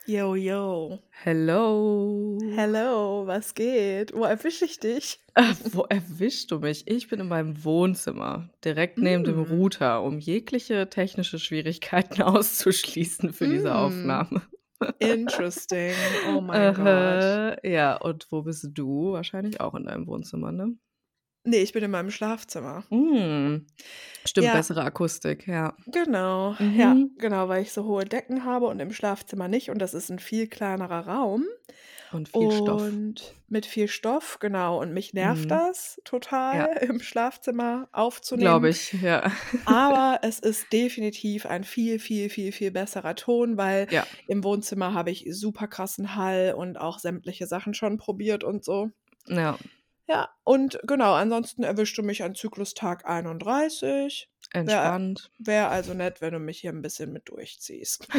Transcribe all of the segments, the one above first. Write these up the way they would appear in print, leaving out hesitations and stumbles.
Yo, yo. Hello. Hello, was geht? Wo erwische ich dich? Wo erwischst du mich? Ich bin in meinem Wohnzimmer, direkt neben dem Mm, Router, um jegliche technische Schwierigkeiten auszuschließen für diese mm, Aufnahme. interesting. Oh mein Gott. Ja, und wo bist du? Wahrscheinlich auch in deinem Wohnzimmer, ne? Nee, ich bin in meinem Schlafzimmer. Hm. Stimmt, Ja, bessere Akustik, ja. genau. Ja, Mhm. genau, weil ich so hohe Decken habe und im Schlafzimmer nicht. Und das ist ein viel kleinerer Raum Und viel Stoff. und mit viel Stoff, genau. Und mich nervt Mhm. das total, Ja, im Schlafzimmer glaube aufzunehmen. ich, ja. Aber es ist definitiv ein viel, viel, viel, viel besserer Ton, weil Ja, im Wohnzimmer habe ich super krassen Hall und auch sämtliche Sachen schon probiert und so. ja, Ja, und genau, ansonsten erwischst du mich an Zyklustag 31. entspannt. Wär also nett, wenn du mich hier ein bisschen mit durchziehst.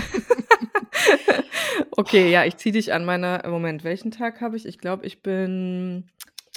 Okay, ja, ich ziehe dich an meiner Moment, welchen Tag habe ich? Ich glaube, ich bin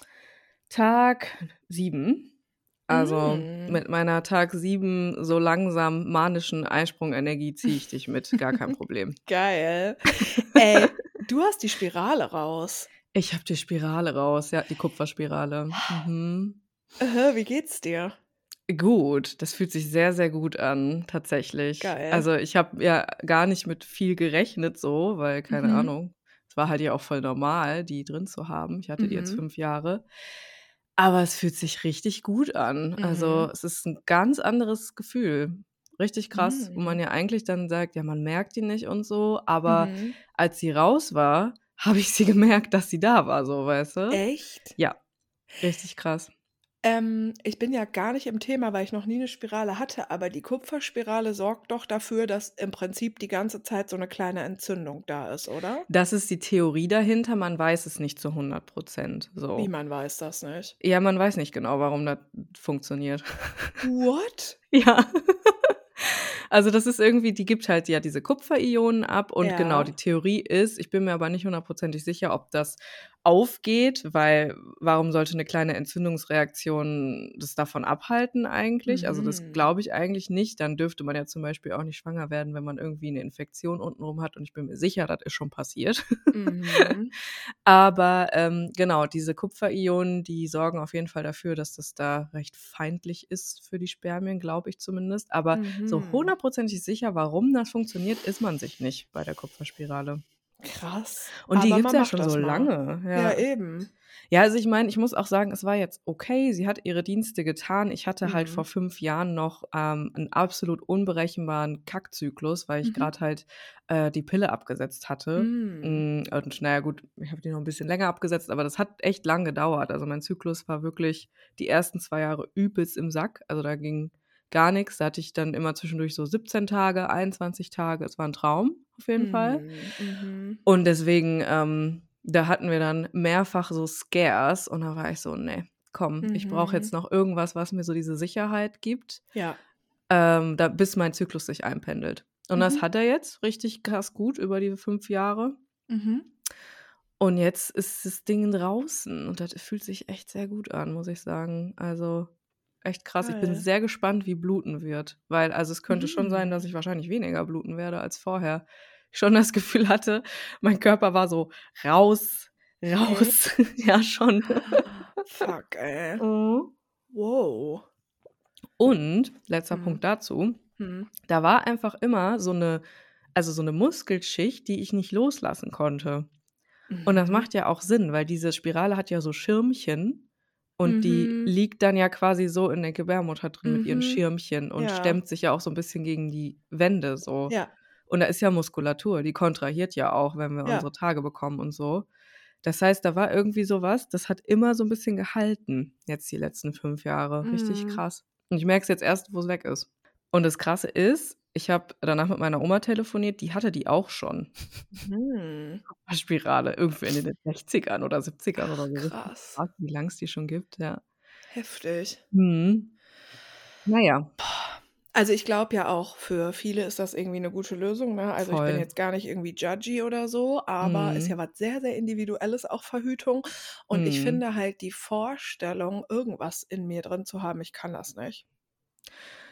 Tag 7. Also, Mm. mit meiner Tag 7 so langsam manischen Eisprungenergie ziehe ich dich mit, gar kein Problem. Geil. Ey, du hast die Spirale raus. Ich habe die Spirale raus, ja, die Kupferspirale. Mhm. Wie geht's dir? Gut, das fühlt sich sehr, sehr gut an, tatsächlich. Geil. Also, ich habe ja gar nicht mit viel gerechnet so, weil, keine Mhm. Ahnung, es war halt ja auch voll normal, die drin zu haben. Ich hatte die jetzt Mhm. 5 Jahre. Aber es fühlt sich richtig gut an. Also, Mhm. es ist 'n ganz anderes Gefühl. Richtig krass, wo man Mhm. ja eigentlich dann sagt: „Ja, man merkt die nicht und so“, aber Mhm. als sie raus war, habe ich sie gemerkt, dass sie da war so, weißt du? Echt? Ja, richtig krass. Ich bin ja gar nicht im Thema, weil ich noch nie 'ne Spirale hatte, aber die Kupferspirale sorgt doch dafür, dass im Prinzip die ganze Zeit so 'ne kleine Entzündung da ist, oder? Das ist die Theorie dahinter, man weiß es nicht zu 100 Wie, so. man weiß das nicht? Ja, man weiß nicht genau, warum das funktioniert. What? Ja. Also, das ist irgendwie die gibt halt ja diese Kupferionen ab und genau, Ja. die Theorie ist ich bin mir aber nicht hundertprozentig sicher, ob das aufgeht, weil warum sollte 'ne kleine Entzündungsreaktion das davon abhalten eigentlich? Also, das Mhm. glaube ich eigentlich nicht. Dann dürfte man ja zum Beispiel auch nicht schwanger werden, wenn man irgendwie 'ne Infektion untenrum hat und ich bin mir sicher, das ist schon passiert. Mhm. Aber, genau, diese Kupferionen, die sorgen auf jeden Fall dafür, dass das da recht feindlich ist für die Spermien, glaube ich zumindest. Aber so Mhm. hundertprozentig sicher, warum das funktioniert, ist man sich nicht bei der Kupferspirale. Krass. Und die Aber gibt's man ja macht schon das so mal. lange, Ja, ja. eben. Ja, also ich meine, ich muss auch sagen, es war jetzt okay. Sie hat ihre Dienste getan. Ich hatte halt Mhm. vor 5 Jahren noch, 'n absolut unberechenbaren Kackzyklus, weil ich Mhm. grad halt, die Pille abgesetzt hatte. Hm. Und na ja gut, ich habe die noch 'n bisschen länger abgesetzt, aber das hat echt lang gedauert. Also, mein Zyklus war wirklich die ersten 2 Jahre übelst im Sack. Also, da ging gar nix. Da hatte ich dann immer zwischendurch so 17 Tage, 21 Tage. Es war 'n Traum auf jeden Fall. Mhm. Mhm. Und deswegen, da hatten wir dann mehrfach so Scares und da war ich so: „Ne, komm, ich brauche jetzt Mhm. noch irgendwas, was mir so diese Sicherheit gibt, Ja. da bis mein Zyklus sich einpendelt.“ Und das Mhm. hat er jetzt richtig krass gut über diese 5 Jahre. Mhm. Und jetzt ist das Ding draußen und das fühlt sich echt sehr gut an, muss ich sagen. Also, echt krass. Ich bin Geil. sehr gespannt, wie bluten wird, weil also, es könnte schon sein, dass Mhm. ich wahrscheinlich weniger bluten werde als vorher. Ich schon das Gefühl hatte, mein Körper war so: „Raus, Echt? raus.“ Ja, schon. Fuck, ey. Mhm. Wow. Und, letzter Mhm. Punkt dazu, Mhm. da war einfach immer so 'ne Muskelschicht, die ich nicht loslassen konnte. Und das Mhm. macht ja auch Sinn, weil diese Spirale hat ja so Schirmchen und die Mhm. liegt dann ja quasi so in der Gebärmutter drin mit ihren Mhm. Schirmchen und Ja. stemmt sich ja auch so 'n bisschen gegen die Wände so. Ja. Und da ist ja Muskulatur, die kontrahiert ja auch, wenn wir Ja. unsere Tage bekommen und so. Das heißt, da war irgendwie so was, das hat immer so 'n bisschen gehalten, jetzt die letzten 5 Jahre. Richtig Mhm. krass. Und ich merke es jetzt erst, wo's weg ist. Und das Krasse ist, ich habe danach mit meiner Oma telefoniert, die hatte die auch schon. Mhm. Spirale, irgendwie in den 60ern oder 70ern oder Ach, so. Richtig krass. krass, wie lang's die schon gibt, ja. Heftig. Mhm. Na ja, Also, ich glaube ja auch, für viele ist das irgendwie 'ne gute Lösung, ne? Also, ich bin voll. jetzt gar nicht irgendwie judgy oder so, aber ist ja Mhm. was sehr, sehr Individuelles, auch Verhütung. Und ich Mhm. finde halt die Vorstellung, irgendwas in mir drin zu haben, ich kann das nicht.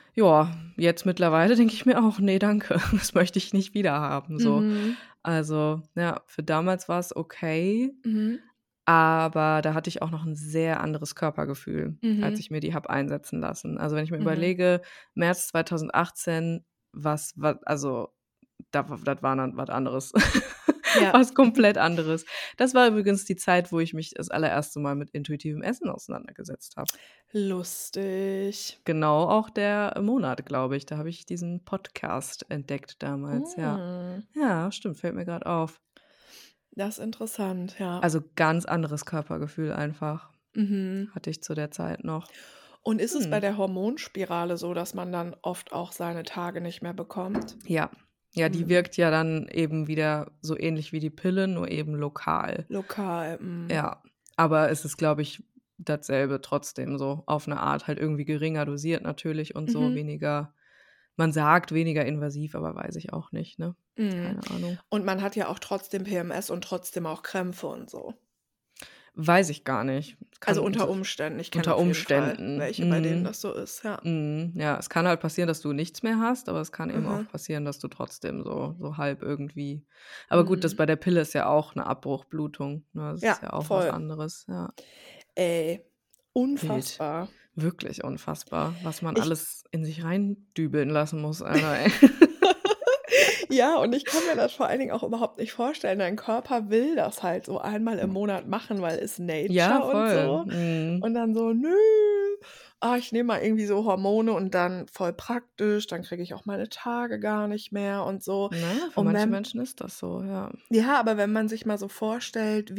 Ja, jetzt mittlerweile denke ich mir auch: „Ne, danke, das möchte ich nicht wieder haben“, so. Mhm. Also, ja, für damals war's okay, Mhm. aber da hatte ich auch noch 'n sehr anderes Körpergefühl, als Mhm. ich mir die habe einsetzen lassen. Also, wenn ich mir Mhm. überlege, März 2018, also, das war dann was anderes. Ja. Was komplett anderes. Das war übrigens die Zeit, wo ich mich das allererste Mal mit intuitivem Essen auseinandergesetzt habe. Lustig. Genau auch der Monat, glaube ich. Da habe ich diesen Podcast entdeckt damals, ja. Hm, Ja, stimmt, fällt mir grad auf. das ist interessant, ja. Also, ganz anderes Körpergefühl einfach Mhm. hatte ich zu der Zeit noch. Und ist es bei Mhm. der Hormonspirale so, dass man dann oft auch seine Tage nicht mehr bekommt? Ja. Ja, die Mhm. wirkt ja dann eben wieder so ähnlich wie die Pille, nur eben lokal. Lokal, mhm. Ja, aber es ist, glaube ich, dasselbe trotzdem so auf 'ne Art, halt irgendwie geringer dosiert natürlich und so, Mhm. weniger, man sagt, weniger invasiv, aber weiß ich auch nicht, ne? Mhm. Keine Ahnung. Und man hat ja auch trotzdem PMS und trotzdem auch Krämpfe und so. Weiß ich gar nicht. Also, Kann unter das Umständen. Ich kenne unter auf jeden Fall Umständen. welche, bei denen das so ist, ja. Ja, es kann halt passieren, dass du nichts mehr hast, aber es kann eben auch Mhm. passieren, dass du trotzdem so halb irgendwie, aber gut, das Mhm. bei der Pille ist ja auch 'ne Abbruchblutung, ne? Das ist Ja, ja auch was voll. anderes, ja. Ey, Wild. unfassbar. Wirklich unfassbar, was man Ich alles in sich reindübeln lassen muss, Alter, ey. Ja, und ich kann mir das vor allen Dingen auch überhaupt nicht vorstellen. Dein Körper will das halt so einmal im Monat machen, weil ist Ja, Nature und voll. so. Mhm. Und dann so: „Nö, ich nehme mal irgendwie so Hormone und dann voll praktisch, dann kriege ich auch meine Tage gar nicht mehr und so.“ Na, für Und manche wenn Menschen ist das so, ja. ja, aber wenn man sich mal so vorstellt,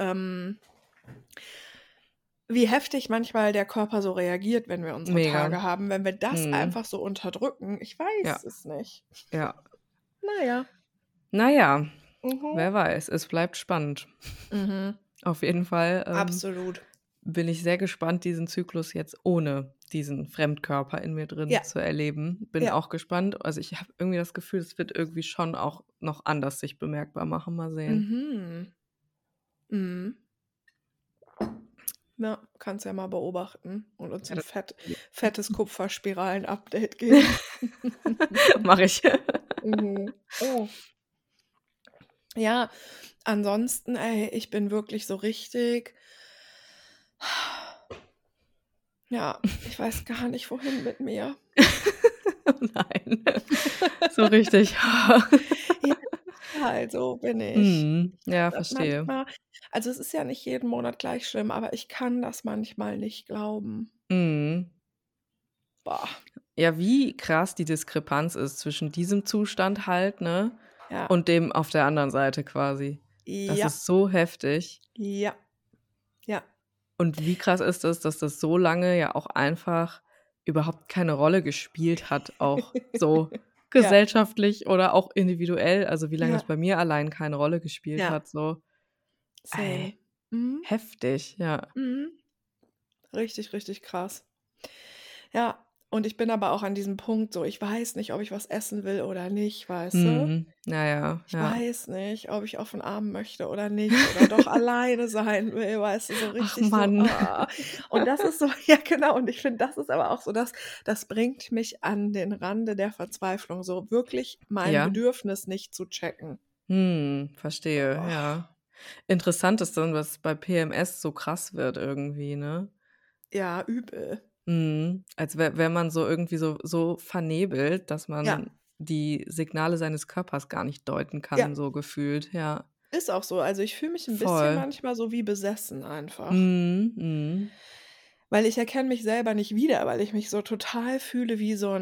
wie heftig manchmal der Körper so reagiert, wenn wir unsere Mega. Tage haben, wenn wir das Mhm. einfach so unterdrücken, ich Ja, weiß es nicht. ja. Na ja. Na ja, Mhm. wer weiß, es bleibt spannend. Mhm. Auf jeden Fall, Absolut. bin ich sehr gespannt, diesen Zyklus jetzt ohne diesen Fremdkörper in mir drin Ja, zu erleben. Bin ja. auch gespannt. Also, ich habe irgendwie das Gefühl, es wird irgendwie schon auch noch anders sich bemerkbar machen. Mal sehen. Mhm. Mhm. Ja, kannst ja mal beobachten und uns Ja, 'n das fettes Kupferspiralen-Update geben. mache ich. Mhm. Oh. Ja, ansonsten, ey, ich bin wirklich so richtig ja, ich weiß gar nicht, wohin mit mir. Oh nein. So richtig. Ja, halt, so bin ich. Mhm. Ich kann Ja, das verstehe. manchmal also, es ist ja nicht jeden Monat gleich schlimm, aber ich kann das manchmal nicht glauben. Mhm. Boah, Ja, wie krass die Diskrepanz ist zwischen diesem Zustand halt, ne, ja, und dem auf der anderen Seite quasi. Das ja, ist so heftig. ja, ja, Und wie krass ist es, dass das so lange ja auch einfach überhaupt keine Rolle gespielt hat, auch so ja, gesellschaftlich oder auch individuell. Also, wie lange es ja, bei mir allein keine Rolle gespielt ja, hat, so. same. Mhm, Heftig, ja. mhm. Richtig, richtig krass. Ja, und ich bin aber auch an diesem Punkt so, ich weiß nicht, ob ich was essen will oder nicht, weißt du? Mhm. Ja, ja, Ich ja. weiß nicht, ob ich auf 'n Arm möchte oder nicht oder doch alleine sein will, weißt du, so Ach richtig so, Mann. Und das ist so ja genau, und ich finde, das ist aber auch so das bringt mich an den Rande der Verzweiflung, so wirklich mein Ja. Bedürfnis nicht zu checken. Verstehe, Oh, ja. Interessant ist dann, was bei PMS so krass wird irgendwie, ne? ja, übel. Als wäre man so irgendwie so vernebelt, dass Ja, man die Signale seines Körpers gar nicht deuten ja, kann, so gefühlt, ja. ist auch so. Also, ich fühle mich 'n bisschen Voll. manchmal so wie besessen einfach. Mhm, mhm. Weil ich erkenne mich selber nicht wieder, weil ich mich so total fühle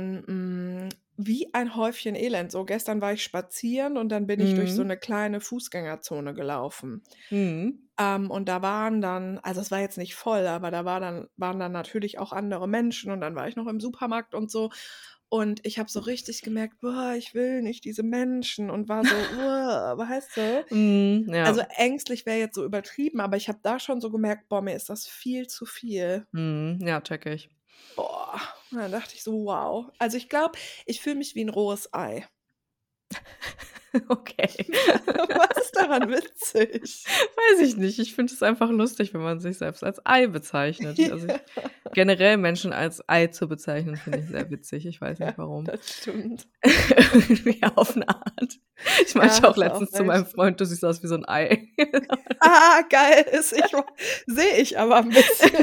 wie ein Häufchen Elend. So gestern war ich spazieren und dann bin ich durch so Mhm. 'ne kleine Fußgängerzone gelaufen. Mhm. Und da waren dann also, es war jetzt nicht voll, aber da waren dann natürlich auch andere Menschen und dann war ich noch im Supermarkt und so. Und ich habe so richtig gemerkt: „Boah, ich will nicht diese Menschen“ und war so, weißt du? Also, Ja. ängstlich wäre jetzt so übertrieben, aber ich habe da schon so gemerkt: „Boah, mir ist das viel zu viel.“ Ja, checke ich. Boah, und dann dachte ich so: „Wow.“ Also, ich glaube, ich fühle mich wie 'n rohes Ei. Okay. Was ist daran witzig? Weiß ich nicht. Ich finde es einfach lustig, wenn man sich selbst als Ei bezeichnet. Also Ja, generell Menschen als Ei zu bezeichnen, finde ich sehr witzig. Ich weiß nicht ja, warum. das stimmt. Irgendwie auf eine Art. Ich Ja, meinte auch hast du auch letztens zu meinem recht. Freund, du siehst aus wie so ein Ei. Ah, geil ist sehe ich aber ein bisschen.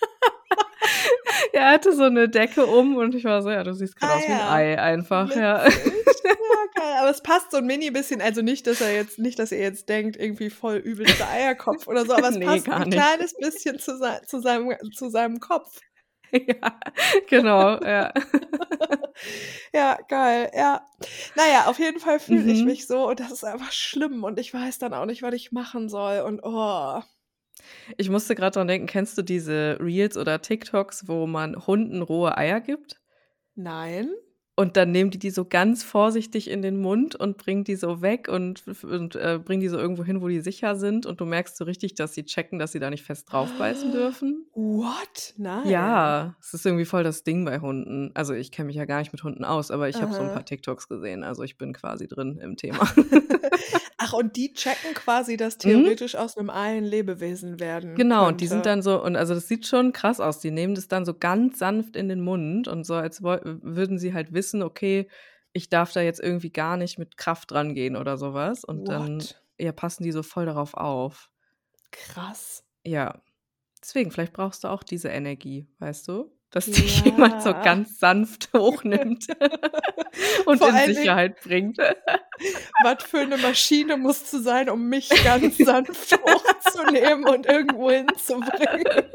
Er hatte so eine Decke und ich war so, ja, du siehst gerade aus wie ein ja, Ei einfach, ja. witzig. Ja, geil. Aber es passt so ein mini bisschen, also nicht, dass ihr jetzt denkt, irgendwie voll übelster Eierkopf oder so, aber es Nee, passt gar ein nicht. kleines bisschen zu seinem Kopf. Ja, genau, ja. Ja, geil, ja. Naja, auf jeden Fall fühle ich Mhm. mich so und das ist einfach schlimm und ich weiß dann auch nicht, was ich machen soll und Ich musste gerade dran denken, kennst du diese Reels oder TikToks, wo man Hunden rohe Eier gibt? nein. Und dann nehmen die so ganz vorsichtig in den Mund und bringen die so weg und bringen die so irgendwo hin, wo die sicher sind und du merkst so richtig, dass sie checken, dass sie da nicht fest draufbeißen dürfen. What? Nein. Ja, es ist irgendwie voll das Ding bei Hunden. Also, ich kenne mich ja gar nicht mit Hunden aus, aber ich habe so ein Aha. paar TikToks gesehen, also ich bin quasi drin im Thema. Ach, und die checken quasi, dass Mhm. theoretisch aus 'nem Ei 'n Lebewesen werden Genau, und die sind könnte. dann so und also, das sieht schon krass aus. Die nehmen das dann so ganz sanft in den Mund und so, als würden sie halt wissen: „Okay, ich darf da jetzt irgendwie gar nicht mit Kraft rangehen“ oder so was. Und dann, What? ja, passen die so voll darauf auf. Krass. Ja, deswegen, vielleicht brauchst du auch diese Energie, weißt du? Dass dich jemand so Ja. ganz sanft hochnimmt und Vor in allen Dingen, Sicherheit bringt. was für 'ne Maschine musst du sein, um mich ganz sanft hochzunehmen und irgendwo hinzubringen?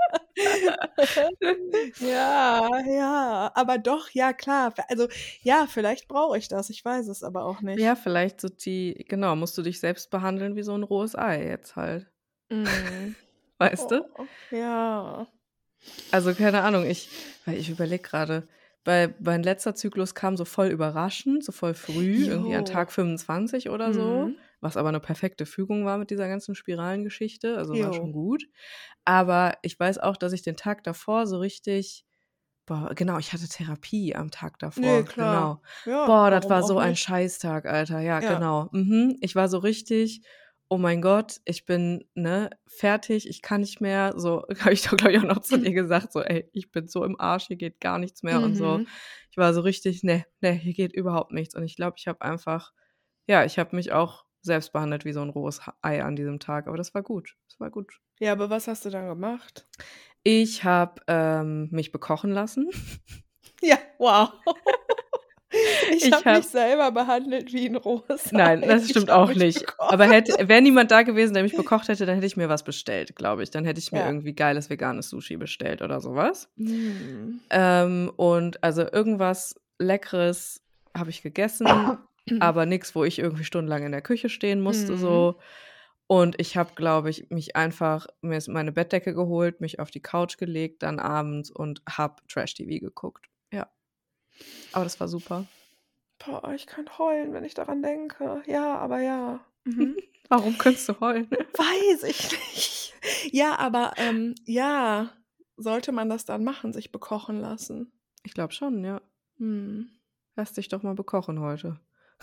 Ja, ja, aber doch, ja klar. Also, ja, vielleicht brauche ich das, ich weiß es aber auch Ja, nicht. vielleicht so genau, musst du dich selbst behandeln wie so 'n rohes Ei jetzt halt, Mhm. weißt du? Oh, ja. Also, keine Ahnung, weil ich überlege grade, mein letzter Zyklus kam so voll überraschend, so voll früh, irgendwie an Jo. Tag 25 oder so, Mhm. was aber 'ne perfekte Fügung war mit dieser ganzen Spiralengeschichte, also war schon Jo. gut. Aber ich weiß auch, dass ich den Tag davor so richtig genau, ich hatte Therapie am Tag Ne, davor, klar. genau. Ja, Boah, das warum war auch so ein nicht? Scheißtag, Alter. Ja, Ja. genau. Mhm. Ich war so richtig: „Oh mein Gott, ich bin, ne, fertig, ich kann nicht mehr.“ So, habe ich doch, glaube ich, auch noch zu dir gesagt, so: „Ey, ich bin so im Arsch, hier geht gar nichts mehr“ und so. Mhm. Ich war so richtig: „Ne, hier geht überhaupt nichts.“ Und ich glaube, ich habe einfach ja, ich habe mich auch selbst behandelt wie so 'n rohes Ei an diesem Tag, aber das war gut. Das war gut. Ja, aber was hast du dann gemacht? Ich habe, mich bekochen lassen. Ja, wow. Ich Ich habe mich habe selber behandelt wie 'n rohes Nein, Ei. das Ich stimmt habe auch mich nicht. Aber bekochen wäre lassen. niemand da gewesen, der mich bekocht hätte, dann hätte ich mir was bestellt, glaube ich. Dann hätte ich mir Ja. irgendwie geiles veganes Sushi bestellt oder so was. Mhm. Und also irgendwas Leckeres habe ich gegessen, aber nix, wo ich irgendwie stundenlang in der Küche stehen musste Mhm. so. Und ich habe, glaube ich, mir ist meine Bettdecke geholt, mich auf die Couch gelegt dann abends und habe Trash-TV geguckt. Ja, aber das war super. Boah, ich kann heulen, wenn ich daran denke. Ja, aber ja. Mhm. Warum könntest du heulen? Weiß ich nicht. Ja, aber, ja, sollte man das dann machen, sich bekochen lassen? Ich glaube schon, ja. Mhm. Lass dich doch mal bekochen heute.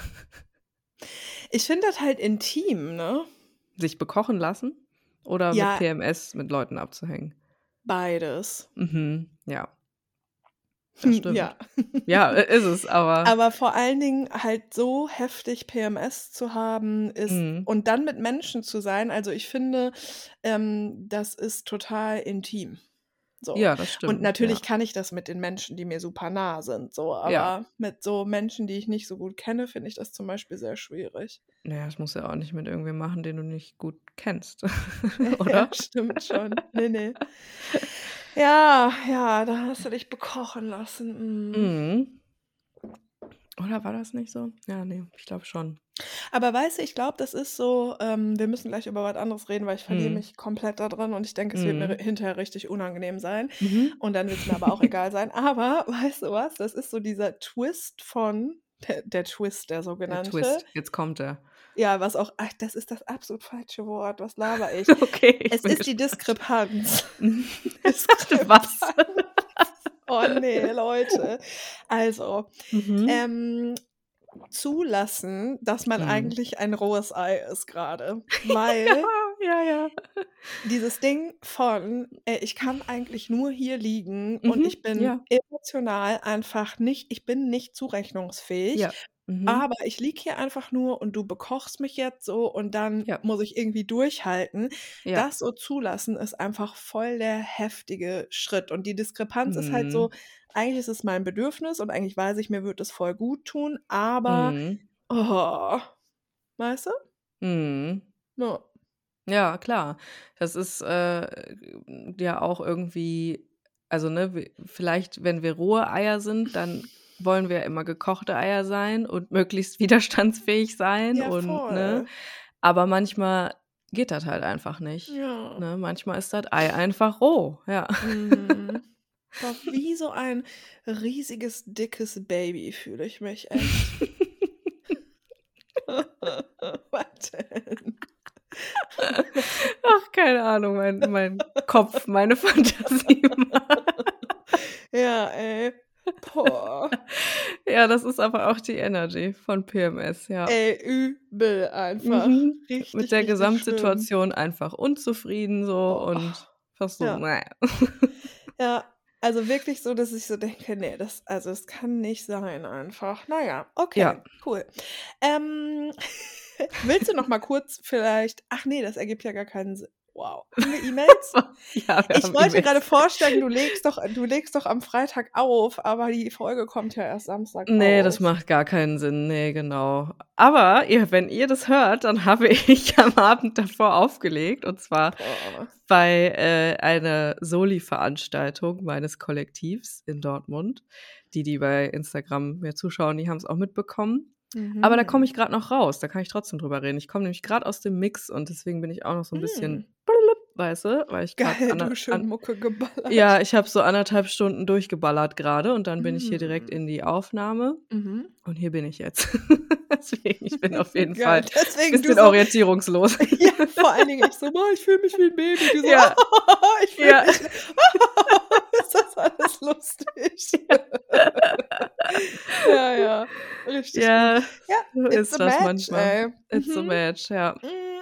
Ich finde das halt intim, ne? Sich bekochen lassen oder mit Ja, PMS mit Leuten abzuhängen? beides. Mhm, ja, das Ja. stimmt. Ja, ist es, aber Aber vor allen Dingen halt so heftig PMS zu haben ist mhm. und dann mit Menschen zu sein, also, ich finde, das ist total intim, so. Ja, das Und stimmt, ja. natürlich kann ich das mit den Menschen, die mir super nah sind, so, Ja. aber mit so Menschen, die ich nicht so gut kenne, finde ich das zum Beispiel sehr schwierig. Na ja, das musst du ja auch nicht mit irgendwem machen, den du nicht gut kennst, Ja, oder? stimmt schon. Ne, ne. Ja, ja, da hast du dich bekochen lassen. Mhm. Mhm. Oder war das nicht so? Ja, ne, ich glaube schon. Aber weißt du, ich glaube, das ist so wir müssen gleich über was anderes reden, weil ich verliere Mhm. mich komplett da drin und ich denke, es wird mir Mhm. hinterher richtig unangenehm sein Mhm. und dann wird's mir aber auch egal sein. Aber weißt du was? Das ist so dieser Twist von der Twist, der Der sogenannte. Twist, jetzt kommt er. Ja, was auch das ist das absolut falsche Wort. Was laber ich? Okay, ich Es bin ist die gespannt. Diskrepanz. Mhm. Was? Diskrepanz. Oh ne, Leute. Also, Mhm. ähm zulassen, dass man Mhm. eigentlich ein rohes Ei ist gerade. Weil Ja. dieses Ding von, ich kann eigentlich nur hier liegen und ich bin Ja. emotional einfach nicht ich bin nicht zurechnungsfähig, Ja. aber ich liege hier einfach nur und du bekochst mich jetzt so und dann Ja. muss ich irgendwie durchhalten. Ja. Das so zulassen ist einfach voll der heftige Schritt und die Diskrepanz ist halt Mhm. so, eigentlich ist es mein Bedürfnis und eigentlich weiß ich, mir würde es voll gut tun, aber Mhm. weißt du? Mhm. Ja. Ja, klar. Das ist, ja auch irgendwie also, ne, vielleicht, wenn wir rohe Eier sind, dann wollen wir immer gekochte Eier sein und möglichst widerstandsfähig sein Ja, und ne? voll. Aber manchmal geht das halt einfach nicht, Ja. ne? Manchmal ist das Ei einfach roh, ja. Mhm. Boah, wie so ein riesiges, dickes Baby fühle ich mich echt. Was denn? Ach, keine Ahnung, mein Kopf, meine Fantasie Ja, ey. Boah. Ja, das ist aber auch die Energy von PMS, ja. Ey, übel einfach. Mit Richtig, der richtig schlimm. Gesamtsituation einfach unzufrieden so Oh. und fast so, Ja. Ja, also wirklich so, dass ich so denke: „Ne, das kann nicht sein einfach.“ Na ja, okay, Ja. cool. Ähm, willst du noch mal kurz vielleicht ach ne, das ergibt ja gar keinen Sinn. Wow. Haben wir E-Mails? Ja, wir Ich haben wollte grade E-Mails. vorschlagen, du legst doch am Freitag auf, aber die Folge kommt ja erst Samstag Ne, das raus. macht gar keinen Sinn. Ne, genau. Aber wenn ihr das hört, dann habe ich am Abend davor aufgelegt und zwar Boah. bei, einer Soli-Veranstaltung meines Kollektivs in Dortmund. Die bei Instagram mir zuschauen, die haben's auch mitbekommen. Aber da komme Mhm. ich grad noch raus, da kann ich trotzdem drüber reden. Ich komme nämlich grad aus dem Mix und deswegen bin ich auch noch so 'n Mhm. bisschen weißt du, weil ich grad Geil, du schön Mucke ja, geballert. ich habe so 1,5 Stunden durchgeballert grade und dann bin ich hier direkt Mhm. in die Aufnahme Mhm. und hier bin ich jetzt. Deswegen, ich bin auf jeden Geil, Fall deswegen du bisschen so orientierungslos. ja, vor allen Dingen ich so: „Boah, ich fühle mich wie 'n Baby.“ Du so: Ja, „Ich fühle ja. mich ist das alles lustig.“ Ja. Ja, richtig gut. Ja, Ja, so it's a ist das match, manchmal. ey. It's a Mhm. match, ja.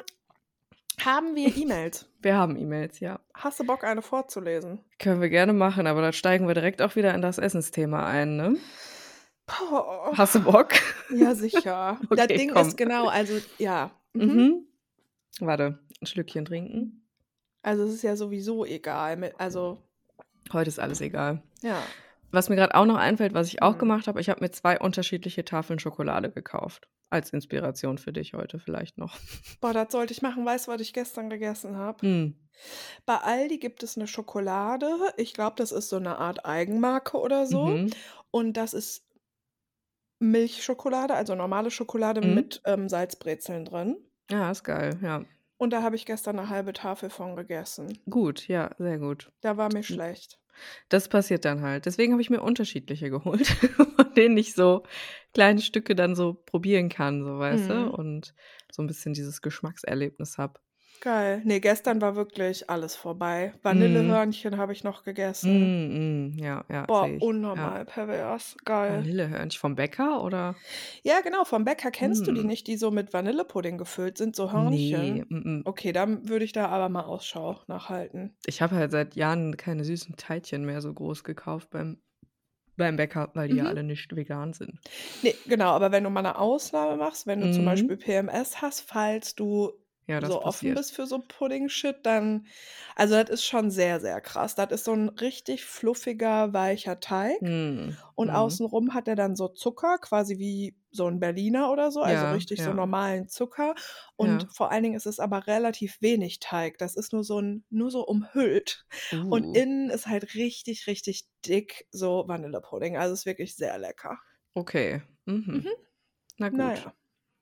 Haben wir E-Mails? Wir haben E-Mails, ja. Hast du Bock, eine vorzulesen? Können wir gerne machen, aber da steigen wir direkt auch wieder in das Essensthema ein, ne? Boah. Hast du Bock? Ja, sicher. Das Okay, Ding ist komm. genau, also ja. Mhm. Warte, 'n Schlückchen trinken. Also, es ist ja sowieso egal also Heute ist alles egal. ja. Was mir grad auch noch einfällt, was ich auch Mhm. gemacht habe, ich habe mir 2 unterschiedliche Tafeln Schokolade gekauft. Als Inspiration für dich heute vielleicht noch. Boah, das sollte ich machen. Weißt du, was ich gestern gegessen habe? Mhm. Bei Aldi gibt es 'ne Schokolade. Ich glaube, das ist so 'ne Art Eigenmarke oder so. Mhm. Und das ist Milchschokolade, also normale Schokolade Mhm. mit, Salzbrezeln drin. Ja, ist geil, ja. Und da habe ich gestern 'ne halbe Tafel von gegessen. Gut, ja, sehr gut. Da war mir schlecht. Das passiert dann halt. Deswegen habe ich mir unterschiedliche geholt, von denen ich so kleine Stücke dann so probieren kann, so, weißt du? Mhm. Und so 'n bisschen dieses Geschmackserlebnis habe. Geil. Ne, gestern war wirklich alles vorbei. Mhm. Vanillehörnchen habe ich noch gegessen. Ja, sehe Boah, ich. Ja. unnormal pervers. Geil. Vanillehörnchen vom Bäcker oder? Ja, genau, vom Bäcker. Kennst du die Hm. nicht, die so mit Vanillepudding gefüllt sind, so Ne, Hörnchen? mm. Okay, dann würde ich da aber mal Ausschau nach halten. Ich habe halt seit Jahren keine süßen Teilchen mehr so groß gekauft beim Bäcker, weil die ja Mhm. alle nicht vegan sind. Ne, genau, aber wenn du mal 'ne Ausnahme machst, wenn du zum Beispiel Mhm. PMS hast, falls du Ja, das so offen passiert. bist für so Pudding-Shit, dann also, das ist schon sehr, sehr krass. Das ist so 'n richtig fluffiger, weicher Teig Mhm, und mhm. außenrum hat der dann so Zucker, quasi wie so 'n Berliner oder so, also Ja, richtig so ja, normalen Zucker. Und ja. vor allen Dingen ist es aber relativ wenig Teig. Das ist nur so umhüllt. Und Uh, innen ist halt richtig, richtig dick so Vanillepudding. Also, ist wirklich sehr lecker. okay. Mhm. Mhm. Na Na gut. ja,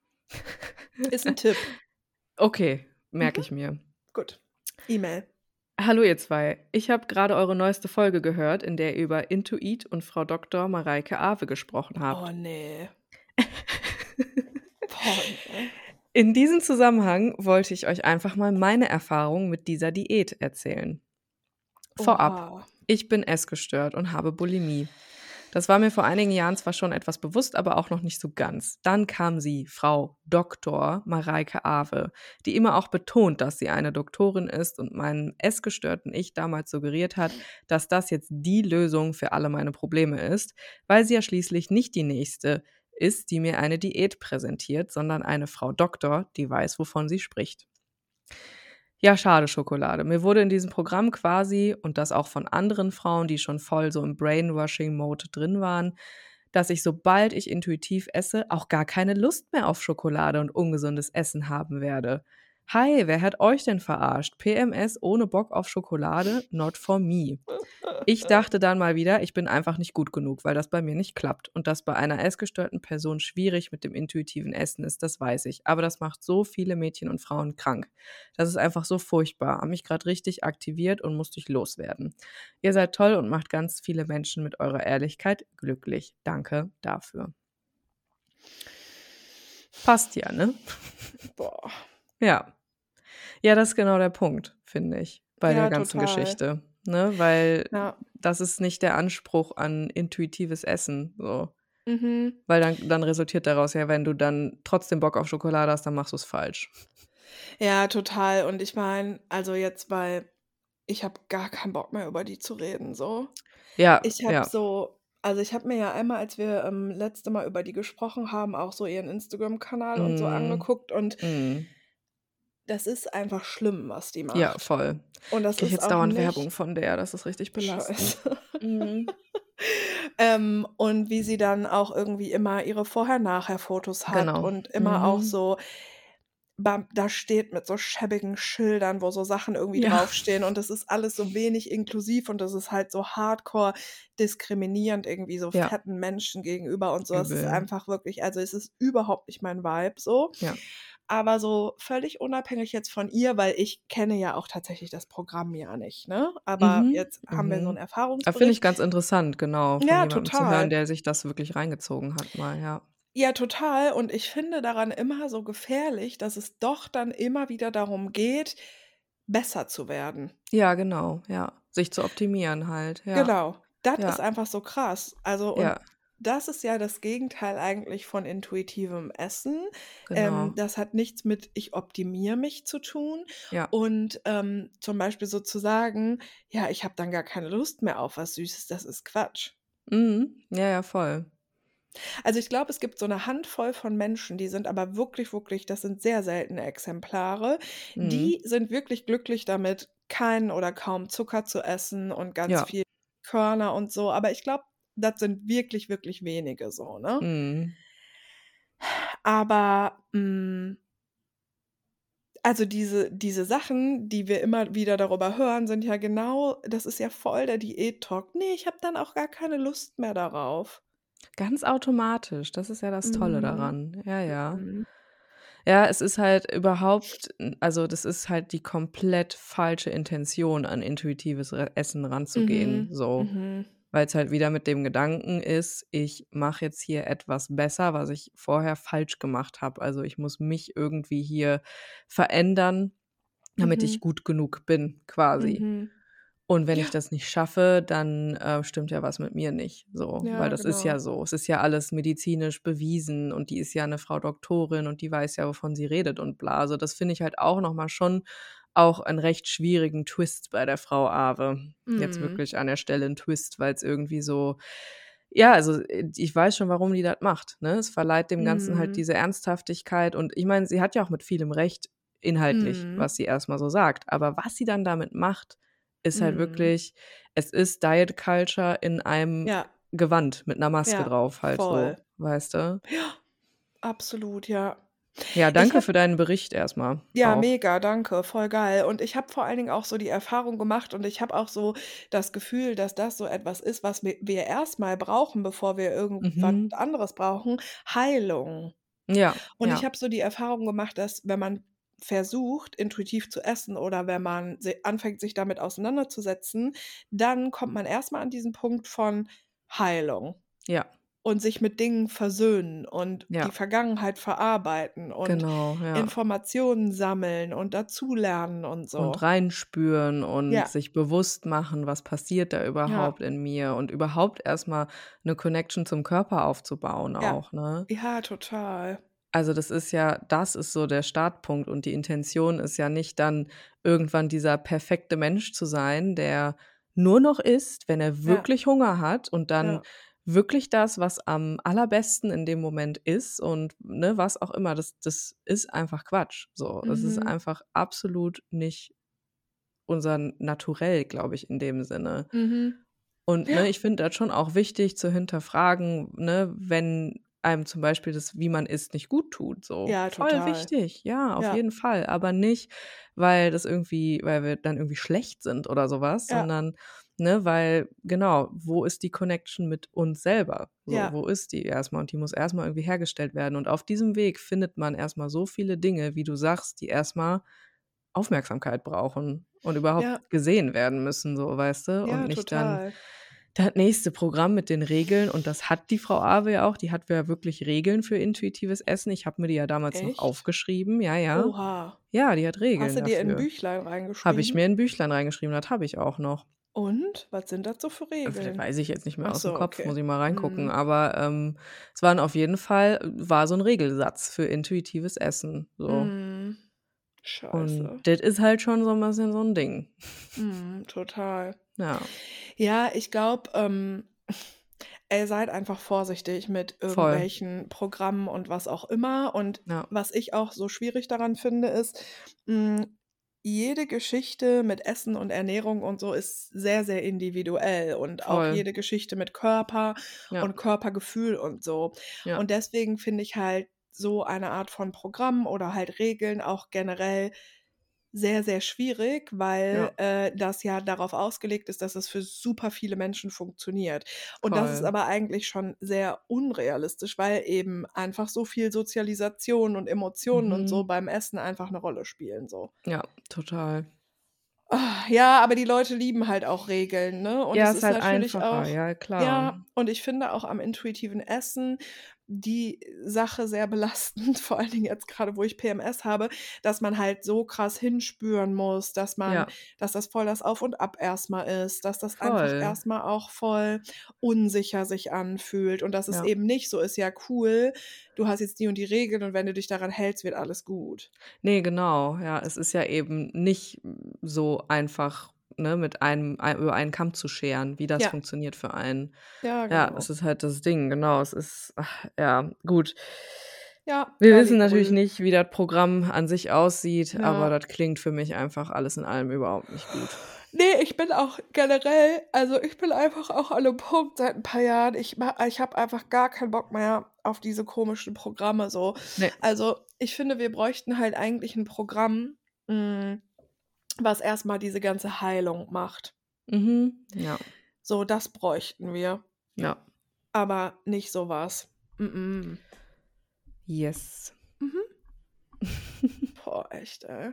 ist 'n Tipp. Okay, merke Mhm, ich mir. gut. E-Mail. Hallo ihr 2. Ich habe grade eure neueste Folge gehört, in der ihr über Intuit und Frau Doktor Mareike Awe gesprochen Oh, habt. ne. Boah, ne. In diesem Zusammenhang wollte ich euch einfach mal meine Erfahrung mit dieser Diät erzählen. Vorab: Oha. Ich bin essgestört und habe Bulimie. Das war mir vor einigen Jahren zwar schon etwas bewusst, aber auch noch nicht so ganz. Dann kam sie, Frau Doktor Mareike Awe, die immer auch betont, dass sie eine Doktorin ist und meinem essgestörten Ich damals suggeriert hat, dass das jetzt die Lösung für alle meine Probleme ist, weil sie ja schließlich nicht die Nächste ist, die mir eine Diät präsentiert, sondern eine Frau Doktor, die weiß, wovon sie spricht. Ja, schade Schokolade. Mir wurde in diesem Programm quasi, und das auch von anderen Frauen, die schon voll so im Brainwashing-Mode drin waren, dass ich, sobald ich intuitiv esse, auch gar keine Lust mehr auf Schokolade und ungesundes Essen haben werde. Hi, wer hat euch denn verarscht? PMS ohne Bock auf Schokolade? Not for me. Ich dachte dann mal wieder, ich bin einfach nicht gut genug, weil das bei mir nicht klappt. Und dass bei einer essgestörten Person schwierig mit dem intuitiven Essen ist, das weiß ich. Aber das macht so viele Mädchen und Frauen krank. Das ist einfach so furchtbar. Hab mich gerade richtig aktiviert und musste ich loswerden. Ihr seid toll und macht ganz viele Menschen mit eurer Ehrlichkeit glücklich. Danke dafür. Passt ja, ne? Boah. Ja. Ja, das ist genau der Punkt, finde ich, bei der Ja, ganzen total. Geschichte. Ne? Weil Ja. das ist nicht der Anspruch an intuitives Essen. So. Mhm. Weil dann resultiert daraus ja, wenn du dann trotzdem Bock auf Schokolade hast, dann machst du es falsch. Ja, total. Und ich meine, also jetzt, weil ich habe gar keinen Bock mehr, über die zu reden, so. Ja, Ich habe ja. also ich habe mir ja einmal, als wir letzte Mal über die gesprochen haben, auch so ihren Instagram-Kanal und so angeguckt und Mm. das ist einfach schlimm, was die Ja, macht. voll. Und das Krieg ist jetzt auch dauernd nicht Werbung von der, das ist richtig belastend. Scheiße. Mhm. Und wie sie dann auch irgendwie immer ihre Vorher-Nachher-Fotos hat Genau. und immer auch Mhm. so da steht mit so schäbigen Schildern, wo so Sachen irgendwie Ja. draufstehen und das ist alles so wenig inklusiv und das ist halt so hardcore diskriminierend irgendwie so Ja. fetten Menschen gegenüber und so. Es ist Übel. einfach wirklich also, es ist überhaupt nicht mein Vibe so. Ja. Aber so völlig unabhängig jetzt von ihr, weil ich kenne ja auch tatsächlich das Programm ja nicht, ne? Aber Mhm. jetzt haben wir so 'n Mhm. Finde ich Erfahrungsbericht. ganz interessant, genau, von Ja, jemandem zu hören, total. der sich das wirklich reingezogen hat mal, ja. Ja, total. Und ich finde daran immer so gefährlich, dass es doch dann immer wieder darum geht, besser zu werden. Ja, genau, ja. Sich zu optimieren halt, ja. Genau. Das Ja, ist einfach so krass. Also, und ja, das ist ja das Gegenteil eigentlich von intuitivem Essen. genau. Das hat nichts mit „ich optimiere mich“ zu tun. Ja. Und, zum Beispiel so zu sagen: „Ja, ich habe dann gar keine Lust mehr auf was Süßes“, das ist Quatsch. Mhm. Ja, ja, voll. Also, ich glaube, es gibt so 'ne Handvoll von Menschen, die sind aber wirklich, wirklich das sind sehr seltene Exemplare, Mhm. die sind wirklich glücklich damit, keinen oder kaum Zucker zu essen und ganz Ja. viel Körner und so. Aber ich glaube, das sind wirklich, wirklich wenige so, ne? Mhm. Aber, also diese Sachen, die wir immer wieder darüber hören, sind ja genau das ist ja voll der Diät-Talk. „Ne, ich habe dann auch gar keine Lust mehr darauf.“ Ganz automatisch, das ist ja das Tolle Mhm. daran. Ja, ja. Mhm. Ja, es ist halt überhaupt also, das ist halt die komplett falsche Intention, an intuitives Essen ranzugehen, Mhm. so. Mhm. Weil es halt wieder mit dem Gedanken ist: „Ich mache jetzt hier etwas besser, was ich vorher falsch gemacht habe.“ Also, ich muss mich irgendwie hier verändern, damit ich Mhm. gut genug bin, quasi. Mhm. Und wenn ich Ja, das nicht schaffe, dann, stimmt ja was mit mir nicht, so. Weil ja, das ist ja genau. so. Es ist ja alles medizinisch bewiesen und die ist ja 'ne Frau Doktorin und die weiß ja, wovon sie redet und bla. Also, das finde ich halt auch noch mal schon auch einen recht schwierigen Twist bei der Frau Awe. Jetzt Mhm. wirklich an der Stelle 'n Twist, weil's irgendwie so ja, also, ich weiß schon, warum die das macht, ne? Es verleiht dem Ganzen halt Mhm. diese Ernsthaftigkeit und ich meine, sie hat ja auch mit vielem recht inhaltlich, Mhm. was sie erst mal so sagt. Aber was sie dann damit macht, ist halt Mhm. wirklich es ist Diet Culture in einem Ja, Gewand mit 'ner Maske ja, drauf halt voll. so, weißt du? Ja, absolut, ja. Ja, Ich danke habe für deinen Bericht erst mal Ja, auch. mega, danke, voll geil. Und ich habe vor allen Dingen auch so die Erfahrung gemacht und ich habe auch so das Gefühl, dass das so etwas ist, was wir erst mal brauchen, bevor wir irgendwas Mhm. anderes brauchen, Heilung. Ja, Und ich ja, habe so die Erfahrung gemacht, dass wenn man versucht, intuitiv zu essen oder wenn man anfängt, sich damit auseinanderzusetzen, dann kommt man erst mal an diesen Punkt von Heilung. ja. und sich mit Dingen versöhnen und die Ja, Vergangenheit verarbeiten und genau, ja. Informationen sammeln und dazulernen und Und so. reinspüren und Ja, sich bewusst machen, was passiert da ja, überhaupt in mir und überhaupt erst mal 'ne Connection zum Körper aufzubauen ja. auch, ne? Ja, total. Also, das ist so der Startpunkt und die Intention ist ja nicht dann irgendwann dieser perfekte Mensch zu sein, der nur noch isst, wenn er Ja, wirklich Hunger hat und dann ja. wirklich das, was am allerbesten in dem Moment ist und, ne, was auch immer. Das ist einfach Quatsch, so. Es ist Mhm. einfach absolut nicht unser Naturell, glaube ich, in dem Sinne. Mhm. Und, ne, Ja, ich finde das schon auch wichtig zu hinterfragen, ne, wenn einem zum Beispiel das, wie man isst, nicht gut tut, so. ja, Voll total. wichtig, ja, auf Ja, jeden Fall. Aber nicht, weil wir dann irgendwie schlecht sind oder so was, ja, sondern, ne, weil genau, wo ist die Connection mit uns selber? So, ja, wo ist die erst mal? Und die muss erst mal irgendwie hergestellt werden. Und auf diesem Weg findet man erst mal so viele Dinge, wie du sagst, die erst mal Aufmerksamkeit brauchen und überhaupt ja, gesehen werden müssen, so, weißt du? Und ja, nicht dann total. das nächste Programm mit den Regeln, und das hat die Frau Awe ja auch, die hat ja wirklich Regeln für intuitives Essen. Ich habe mir die ja damals noch Echt? aufgeschrieben. Ja, ja. Oha. Ja, die hat Hast Regeln du dir in 'n dafür. Büchlein Habe ich reingeschrieben? mir in 'n Büchlein reingeschrieben, das habe ich auch noch. Und? Was sind das so für Das Regeln? weiß ich jetzt nicht mehr Ach aus'm so, Kopf, okay. muss ich mal reingucken, Mhm. aber, es waren auf jeden Fall war so 'n Regelsatz für intuitives Essen, so. Mhm. Und Scheiße. das ist halt schon so 'n bisschen so 'n Ding. Mhm, total. Ja, Ja, ich glaube, ey, seid einfach vorsichtig mit voll. irgendwelchen Programmen und was auch immer. Und Ja, was ich auch so schwierig daran finde, ist, jede Geschichte mit Essen und Ernährung und so ist sehr, sehr individuell und auch voll. jede Geschichte mit Körper Ja, und Körpergefühl und so. ja, Und deswegen finde ich halt so eine Art von Programm oder halt Regeln auch generell sehr, sehr schwierig, weil, ja, das ja darauf ausgelegt ist, dass es für super viele Menschen funktioniert. Und das ist voll. aber eigentlich schon sehr unrealistisch, weil eben einfach so viel Sozialisation und Emotionen und so Mhm. beim Essen einfach 'ne Rolle spielen so. Ja, total. Ja, aber die Leute lieben halt auch Regeln, ne? Und Ja, es ist ist halt natürlich einfacher, auch ja klar. ja, und ich finde auch am intuitiven Essen die Sache sehr belastend, vor allen Dingen jetzt grade, wo ich PMS habe, dass man halt so krass hinspüren muss, Ja, dass das voll das Auf und Ab erst mal ist, dass das einfach voll. erst mal auch voll unsicher sich anfühlt und dass es Ja. eben nicht so ist: „Ja, cool, du hast jetzt die und die Regeln und wenn du dich daran hältst, wird alles gut.“ Ne, genau, ja. Es ist ja eben nicht so einfach, ne, mit einem über einen Kamm zu scheren, wie das Ja, funktioniert für einen. ja, Ja, das genau. ist halt das Ding, genau. Es ist ja, gut. Ja, Wir wissen natürlich Galligrü. nicht, wie das Programm an sich aussieht, aber Ja. das klingt für mich einfach alles in allem überhaupt nicht gut. Ne, ich bin auch generell also, ich bin einfach auch an 'nem Punkt seit 'n paar Jahren, ich habe einfach gar keinen Bock mehr auf diese komischen Programme so. Ne. Also, ich finde, wir bräuchten halt eigentlich 'n Programm, hm, was erst mal diese ganze Heilung macht. Mhm. Ja, So, das bräuchten wir, ja. aber nicht so was. Mm-mm. Yes. Mhm. Boah, echt, ey.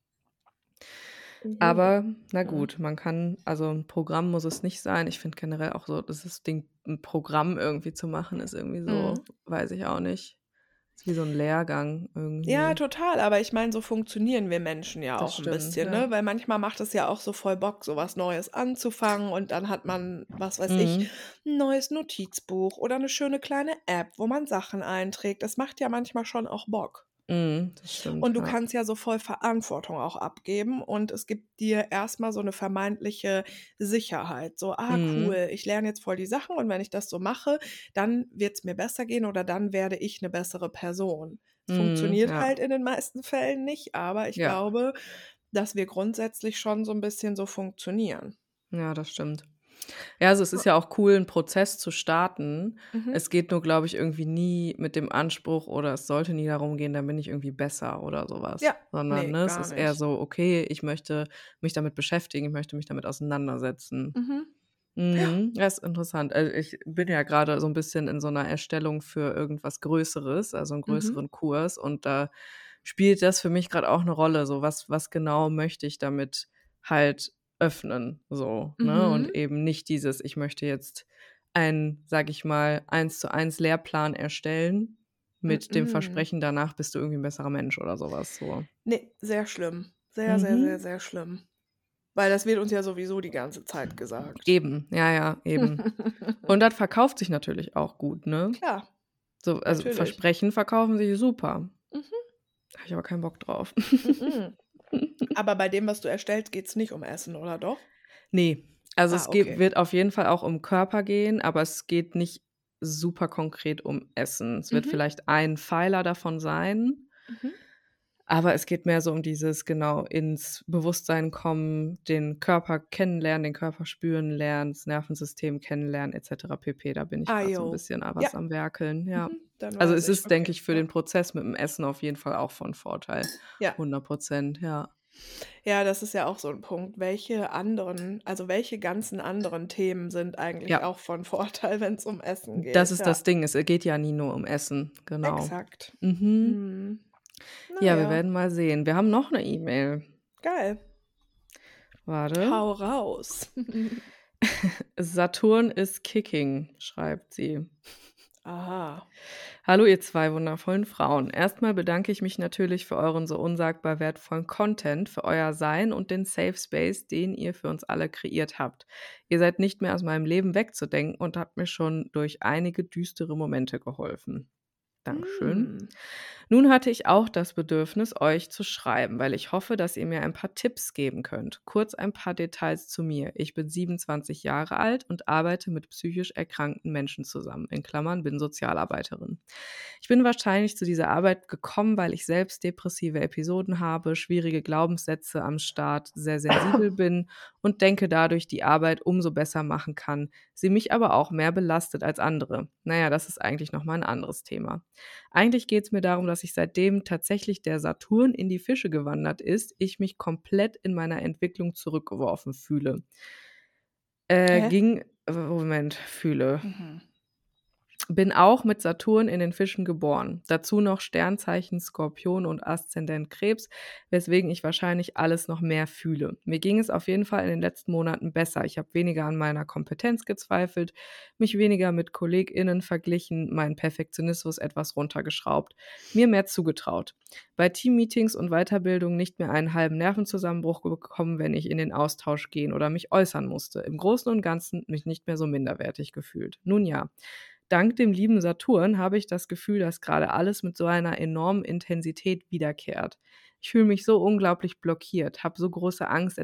Mhm. Aber na Mhm. gut, man kann, also 'n Programm muss es nicht sein. Ich finde generell auch so, dieses Ding 'n Programm irgendwie zu machen, ist irgendwie Mhm. so, weiß ich auch nicht. Ist wie so 'n Lehrgang Ja, irgendwie. total, aber ich meine, so funktionieren wir Menschen ja Das auch 'n stimmt, bisschen, ja. ne? Weil manchmal macht es ja auch so voll Bock, so was Neues anzufangen und dann hat man, was weiß ich, Mhm. 'n neues Notizbuch oder 'ne schöne kleine App, wo man Sachen einträgt. Das macht ja manchmal schon auch Bock. Mhm. Das Und stimmt, du ja. kannst ja so voll Verantwortung auch abgeben und es gibt dir erst mal so 'ne vermeintliche Sicherheit. So: „Ah, Mhm. cool, ich lerne jetzt voll die Sachen und wenn ich das so mache, dann wird's mir besser gehen oder dann werde ich 'ne bessere Person.“ Es Mhm. funktioniert Ja. halt in den meisten Fällen nicht, aber ich Ja. glaube, dass wir grundsätzlich schon so 'n bisschen so funktionieren. Ja, das stimmt. Ja, also, es Ja. ist ja auch cool, 'n Prozess zu starten. Mhm. Es geht nur, glaube ich, irgendwie nie mit dem Anspruch, oder es sollte nie darum gehen, dann bin ich irgendwie besser oder so was. Ja, Sondern, ne, ne, es gar ist eher nicht. so: „Okay, ich möchte mich damit beschäftigen, ich möchte mich damit auseinandersetzen.“ Mhm. Ja. Mhm. Ja, ist interessant. Also, ich bin ja grade so 'n bisschen in so 'ner Erstellung für irgendwas Größeres, also 'n Mhm. größeren Kurs, und da spielt das für mich grad auch 'ne Rolle, so was genau möchte ich damit halt öffnen, so, ne? Und Mhm. eben nicht dieses: „Ich möchte jetzt einen, sage ich mal, 1:1 Lehrplan erstellen mit dem Mhm. Versprechen, danach bist du irgendwie 'n besserer Mensch oder sowas so. Ne, sehr schlimm. Sehr, sehr, sehr, Mhm. sehr schlimm. Weil das wird uns ja sowieso die ganze Zeit gesagt. Eben, ja, eben. Und das verkauft sich natürlich auch gut, ne? Klar, So, also natürlich. Versprechen verkaufen sich super. Mhm. Habe ich aber keinen Bock drauf. Mhm. Aber bei dem, was du erstellst, geht's nicht um Essen, oder doch? Ne, also Ah, es geht okay. wird auf jeden Fall auch um Körper gehen, aber es geht nicht super konkret um Essen. Es wird Mhm. vielleicht ein Pfeiler davon sein, Mhm. aber es geht mehr so um dieses, genau, ins Bewusstsein kommen, den Körper kennenlernen, den Körper spüren lernen, das Nervensystem kennenlernen et cetera pp. Da bin ich Ah, grad so 'n jo. bisschen Ja. was am Werkeln, ja. Mhm. Dann Also, weiß es ich. ist, denke Okay, ich, für ja. den Prozess mit dem Essen auf jeden Fall auch von Vorteil. Ja. 100%, ja. Ja, das ist ja auch so 'n Punkt. Welche ganzen anderen Themen sind eigentlich Ja, auch von Vorteil, wenn's um Essen das geht? ist Ja, das Ding. Es geht ja nie nur um Essen, genau. exakt. Mhm. Mhm. Na Ja, wir ja, werden mal sehen. Wir haben noch 'ne E-Mail. geil. Warte. Hau raus. „Saturn is kicking“, schreibt sie. Aha. Hallo, ihr 2 wundervollen Frauen. Erstmal bedanke ich mich natürlich für euren so unsagbar wertvollen Content, für euer Sein und den Safe Space, den ihr für uns alle kreiert habt. Ihr seid nicht mehr aus meinem Leben wegzudenken und habt mir schon durch einige düstere Momente geholfen. Dankeschön. Hm. Nun hatte ich auch das Bedürfnis, euch zu schreiben, weil ich hoffe, dass ihr mir ein paar Tipps geben könnt. Kurz ein paar Details zu mir. Ich bin 27 Jahre alt und arbeite mit psychisch erkrankten Menschen zusammen. In Klammern bin Sozialarbeiterin. Ich bin wahrscheinlich zu dieser Arbeit gekommen, weil ich selbst depressive Episoden habe, schwierige Glaubenssätze am Start, sehr sensibel bin und denke dadurch die Arbeit umso besser machen kann, sie mich aber auch mehr belastet als andere. Naja, das ist eigentlich nochmal ein anderes Thema. Eigentlich geht es mir darum, dass ich seitdem tatsächlich der Saturn in die Fische gewandert ist, ich mich komplett in meiner Entwicklung zurückgeworfen fühle. Hä? Moment, fühle. Mhm. Bin auch mit Saturn in den Fischen geboren. Dazu noch Sternzeichen Skorpion und Aszendent Krebs, weswegen ich wahrscheinlich alles noch mehr fühle. Mir ging es auf jeden Fall in den letzten Monaten besser. Ich habe weniger an meiner Kompetenz gezweifelt, mich weniger mit KollegInnen verglichen, meinen Perfektionismus etwas runtergeschraubt, mir mehr zugetraut. Bei Teammeetings und Weiterbildung nicht mehr einen halben Nervenzusammenbruch bekommen, wenn ich in den Austausch gehen oder mich äußern musste. Im Großen und Ganzen mich nicht mehr so minderwertig gefühlt. Nun ja. Dank dem lieben Saturn habe ich das Gefühl, dass gerade alles mit so einer enormen Intensität wiederkehrt. Ich fühle mich so unglaublich blockiert, habe so große Angst,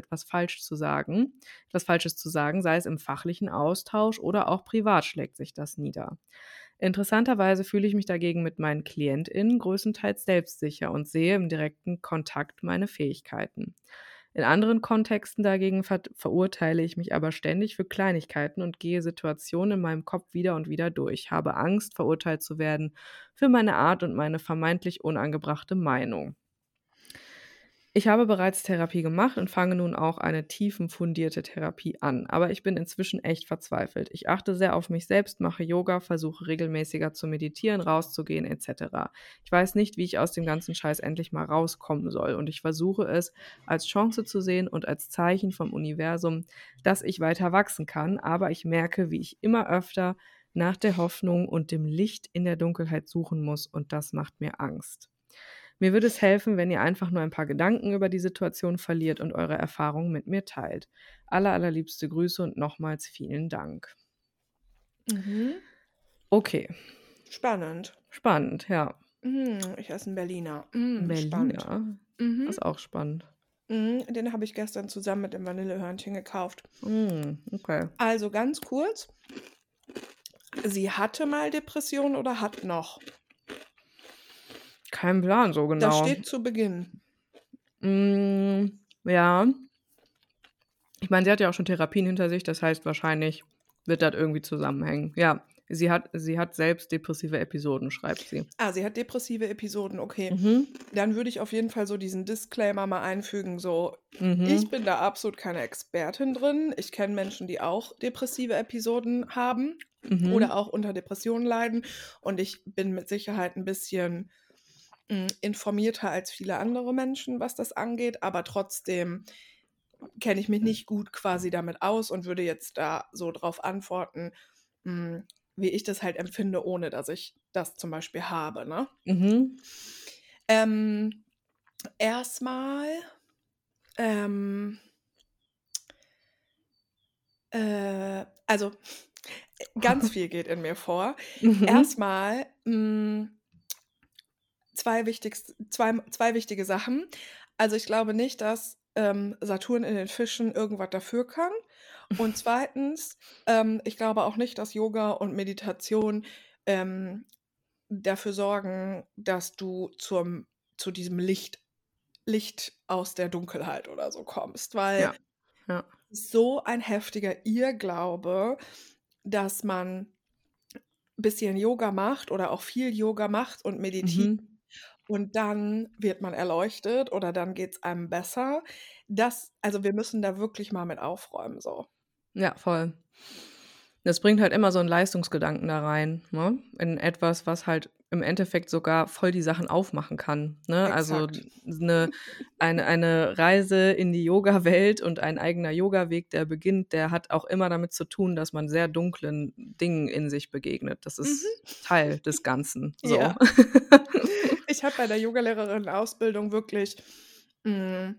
etwas Falsches zu sagen, sei es im fachlichen Austausch oder auch privat schlägt sich das nieder. Interessanterweise fühle ich mich dagegen mit meinen KlientInnen größtenteils selbstsicher und sehe im direkten Kontakt meine Fähigkeiten. In anderen Kontexten dagegen verurteile ich mich aber ständig für Kleinigkeiten und gehe Situationen in meinem Kopf wieder und wieder durch, habe Angst, verurteilt zu werden für meine Art und meine vermeintlich unangebrachte Meinung. Ich habe bereits Therapie gemacht und fange nun auch eine tiefenfundierte Therapie an, aber ich bin inzwischen echt verzweifelt. Ich achte sehr auf mich selbst, mache Yoga, versuche regelmäßiger zu meditieren, rauszugehen etc. Ich weiß nicht, wie ich aus dem ganzen Scheiß endlich mal rauskommen soll und ich versuche es als Chance zu sehen und als Zeichen vom Universum, dass ich weiter wachsen kann, aber ich merke, wie ich immer öfter nach der Hoffnung und dem Licht in der Dunkelheit suchen muss und das macht mir Angst. Mir würde es helfen, wenn ihr einfach nur ein paar Gedanken über die Situation verliert und eure Erfahrungen mit mir teilt. Allerliebste Grüße und nochmals vielen Dank. Mhm. Okay, Spannend. spannend, ja. Ich esse 'n Berliner. 'N Spannend. Berliner? Mhm. Das ist auch spannend. Den habe ich gestern zusammen mit dem Vanillehörnchen gekauft. Okay. Also ganz kurz, sie hatte mal Depressionen oder hat noch? Kein Plan so Das genau. steht zu Beginn. Ja. Ich meine, sie hat ja auch schon Therapien hinter sich, das heißt, wahrscheinlich wird das irgendwie zusammenhängen. Ja, sie hat selbst depressive Episoden, schreibt sie. Ah, sie hat depressive Episoden, okay. Mhm. Dann würde ich auf jeden Fall so diesen Disclaimer mal einfügen, so: Ich Mhm. bin da absolut keine Expertin drin. Ich kenne Menschen, die auch depressive Episoden haben oder Mhm. auch unter Depressionen leiden und ich bin mit Sicherheit 'n bisschen, informierter als viele andere Menschen, was das angeht, aber trotzdem kenne ich mich nicht gut quasi damit aus und würde jetzt da so drauf antworten, wie ich das halt empfinde, ohne dass ich das zum Beispiel habe, ne? Mhm. Ähm, erst ähm, also, ganz viel geht in mir vor. Mhm. Erstmal 2 wichtige Sachen. Also, ich glaube nicht, dass, Saturn in den Fischen irgendwas dafür kann. Und zweitens, ich glaube auch nicht, dass Yoga und Meditation, ähm, dafür sorgen, dass du zu diesem Licht aus der Dunkelheit oder so kommst, weil Ja, ja. es ist so ein heftiger Irrglaube, dass man bisschen Yoga macht oder auch viel Yoga macht und meditiert Mhm. und dann wird man erleuchtet oder dann geht's einem besser. Also, wir müssen da wirklich mal mit aufräumen so. Ja, voll. Das bringt halt immer so 'n Leistungsgedanken da rein, ne? In etwas, was halt im Endeffekt sogar voll die Sachen aufmachen kann, ne? Also, Exakt. 'ne Reise in die Yogawelt und ein eigener Yogaweg, der beginnt, der hat auch immer damit zu tun, dass man sehr dunklen Dingen in sich begegnet. Das ist Mhm. Teil des Ganzen, so. Ja. Ich habe bei der Yogalehrerinnen-Ausbildung wirklich, hm,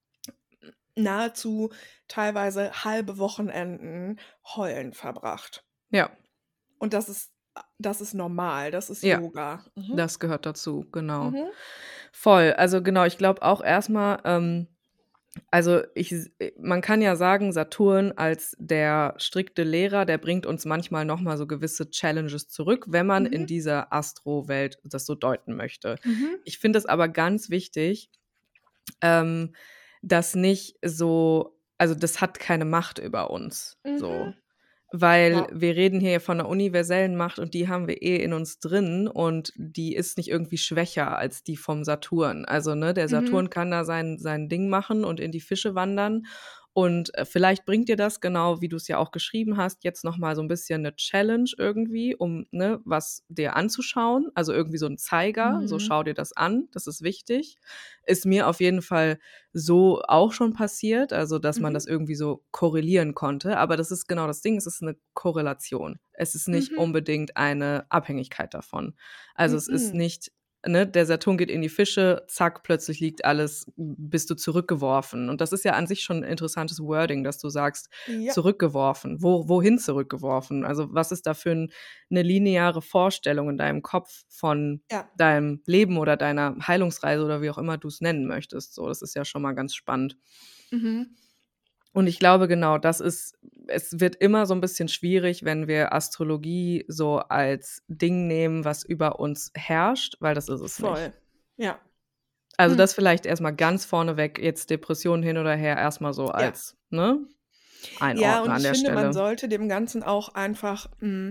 nahezu teilweise halbe Wochenenden heulend verbracht. Ja, Und das ist normal, das ist ja. Yoga. Mhm. Das gehört dazu, genau. Mhm. Voll. Also, genau, ich glaube auch erst mal, also, man kann ja sagen, Saturn als der strikte Lehrer, der bringt uns manchmal noch mal so gewisse Challenges zurück, wenn man in Mhm. dieser Astrowelt das so deuten möchte. Mhm. Ich finde es aber ganz wichtig, ähm, das nicht so, also, das hat keine Macht über uns, Mhm. so. Weil Ja. wir reden hier von 'ner universellen Macht und die haben wir eh in uns drin und die ist nicht irgendwie schwächer als die vom Saturn. Also, ne, der Mhm. Saturn kann da sein Ding machen und in die Fische wandern und, vielleicht bringt dir das, genau wie du's ja auch geschrieben hast, jetzt noch mal so 'n bisschen 'ne Challenge irgendwie, um, ne, was dir anzuschauen, also irgendwie so 'n Zeiger, so: Mhm. „Schau dir das an, das ist wichtig.“ Ist mir auf jeden Fall so auch schon passiert, also, dass man das Mhm. irgendwie so korrelieren konnte. Aber das ist genau das Ding, es ist 'ne Korrelation. Es ist nicht Mhm. unbedingt eine Abhängigkeit davon. Also, es ist Mhm. nicht, ne, der Saturn geht in die Fische, zack, plötzlich liegt alles, bist du zurückgeworfen. Und das ist ja an sich schon 'n interessantes Wording, dass du sagst: Ja. „Zurückgeworfen.“ Wohin zurückgeworfen? Also, was ist da für 'ne lineare Vorstellung in deinem Kopf von Ja. deinem Leben oder deiner Heilungsreise oder wie auch immer du's nennen möchtest. So, das ist ja schon mal ganz spannend. Mhm. Und ich glaube, genau, es wird immer so 'n bisschen schwierig, wenn wir Astrologie so als Ding nehmen, was über uns herrscht, weil das ist es nicht. Voll. Ja. Also, Mhm. das vielleicht erst mal ganz vorneweg, jetzt Depressionen hin oder her, erst mal so Ja. als, ne, Ja, Einordner und an ich der finde, man Stelle. sollte dem Ganzen auch einfach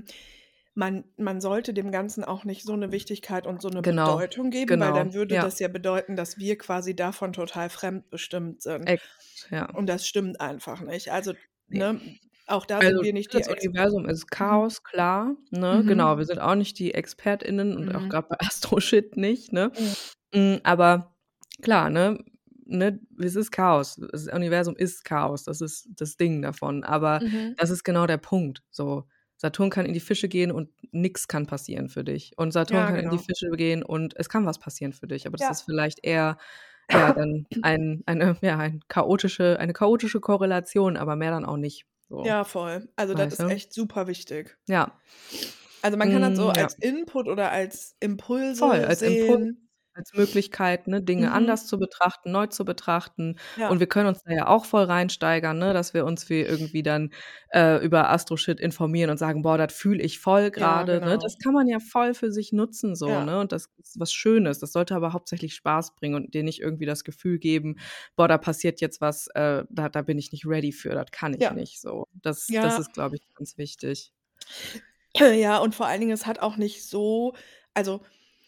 man sollte dem Ganzen auch nicht so 'ne Wichtigkeit und so 'ne Genau, Bedeutung geben, weil genau, dann würde ja, das ja bedeuten, dass wir quasi davon total fremdbestimmt sind. exakt, ja. Und das stimmt einfach nicht. Also, Ne. ne, auch da sind Also, wir nicht die das Ex Universum ist mhm. Chaos, klar, ne? Genau, wir Mhm. sind auch nicht die ExpertInnen und auch Mhm. grad bei Astro-Shit nicht, ne? Mhm. Aber klar, ne, es ist Chaos. Das Universum ist Chaos, das ist das Ding davon. Aber Mhm. das ist genau der Punkt, so. Saturn kann in die Fische gehen und nix kann passieren für dich. Und Saturn Ja, kann in die genau. Fische gehen und es kann was passieren für dich, aber das ist Ja. vielleicht eher, ja, dann eine chaotische Korrelation, aber mehr dann auch nicht, so, Ja, voll. Also, das weißt ist du? echt super wichtig. Ja. Also, man kann das so Ja, als Input oder als voll, Impulse als Impuls, sehen. als Möglichkeit, ne, Dinge Mhm. anders zu betrachten, neu zu betrachten. Und Ja. wir können uns da ja auch voll reinsteigern, ne, dass wir uns wie irgendwie dann, über Astro-Shit informieren und sagen: „Boah, das fühle ich voll Ja, grade“, ne? genau. Das kann man ja voll für sich nutzen so, Ja. ne? Und das ist was Schönes. Das sollte aber hauptsächlich Spaß bringen und dir nicht irgendwie das Gefühl geben: „Boah, da passiert jetzt was, da bin ich nicht ready für, das kann ich Ja. nicht“, so. Das Ja. ist, glaube ich, ganz wichtig. Ja, und vor allen Dingen, es hat auch nicht so also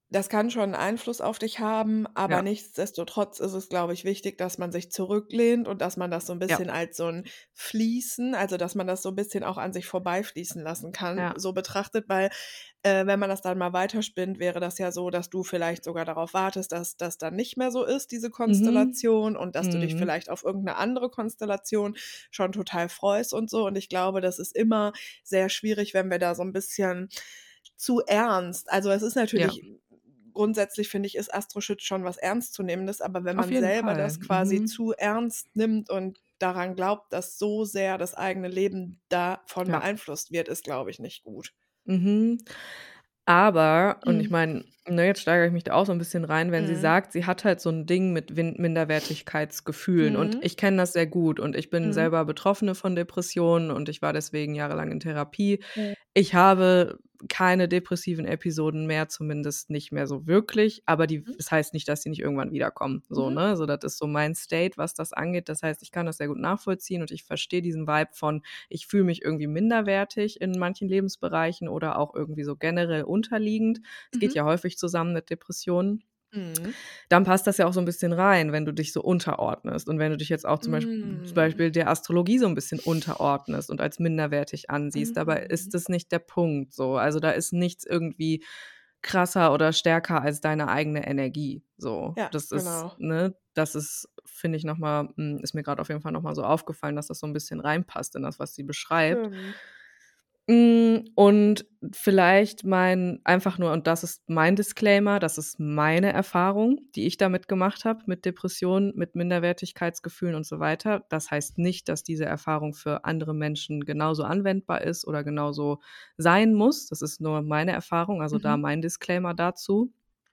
Das kann schon 'n Einfluss auf dich haben, aber Ja, nichtsdestotrotz ist es, glaube ich, wichtig, dass man sich zurücklehnt und dass man das so 'n ja, bisschen als so 'n Fließen, also, dass man das so 'n bisschen auch an sich vorbeifließen lassen kann, ja. so betrachtet, weil, wenn man das dann mal weiterspinnt, wäre das ja so, dass du vielleicht sogar darauf wartest, dass das dann nicht mehr so ist, diese Mhm. Konstellation, und dass du dich Mhm. vielleicht auf irgend 'ne andere Konstellation schon total freust und so. Und ich glaube, das ist immer sehr schwierig, wenn wir da so 'n bisschen zu ernst, also, es ist Ja, natürlich grundsätzlich, finde ich, ist Astroshit schon was Ernstzunehmendes, aber wenn auf man jeden selber Fall. das quasi Mhm. zu ernst nimmt und daran glaubt, dass so sehr das eigene Leben davon Ja. beeinflusst wird, ist, glaube ich, nicht gut. Mhm. Aber und ich Mhm. meine, ne, jetzt steigere ich mich da auch so 'n bisschen rein, wenn sie Mhm. sagt, sie hat halt so 'n Ding mit Minderwertigkeitsgefühlen und Mhm. ich kenne das sehr gut und ich bin Mhm. selber Betroffene von Depressionen und ich war deswegen jahrelang in Therapie. Ja. Ich habe keine depressiven Episoden mehr, zumindest nicht mehr so wirklich, aber die Mhm. das heißt nicht, dass sie nicht irgendwann wiederkommen, so, Mhm. ne? So, das ist so mein State, was das angeht. Das heißt, ich kann das sehr gut nachvollziehen und ich verstehe diesen Vibe von, ich fühle mich irgendwie minderwertig in manchen Lebensbereichen oder auch irgendwie so generell unterliegend. Es geht Mhm. ja häufig zusammen mit Depressionen. Mhm. Dann passt das ja auch so 'n bisschen rein, wenn du dich so unterordnest und wenn du dich jetzt auch zum Mhm. Beispiel der Astrologie so 'n bisschen unterordnest und als minderwertig ansiehst. Dabei ist Mhm. das nicht der Punkt so. Also, da ist nichts irgendwie krasser oder stärker als deine eigene Energie so. Ja, Das ist genau. ne, das ist, finde ich noch mal ist mir grad auf jeden Fall noch mal so aufgefallen, dass das so 'n bisschen reinpasst in das, was sie beschreibt. Stimmt. Und vielleicht mein einfach nur und das ist mein Disclaimer, das ist meine Erfahrung, die ich damit gemacht habe, mit Depressionen, mit Minderwertigkeitsgefühlen und so weiter. Das heißt nicht, dass diese Erfahrung für andere Menschen genauso anwendbar ist oder genauso sein muss. Das ist nur meine Erfahrung, also da Mhm. mein Disclaimer dazu.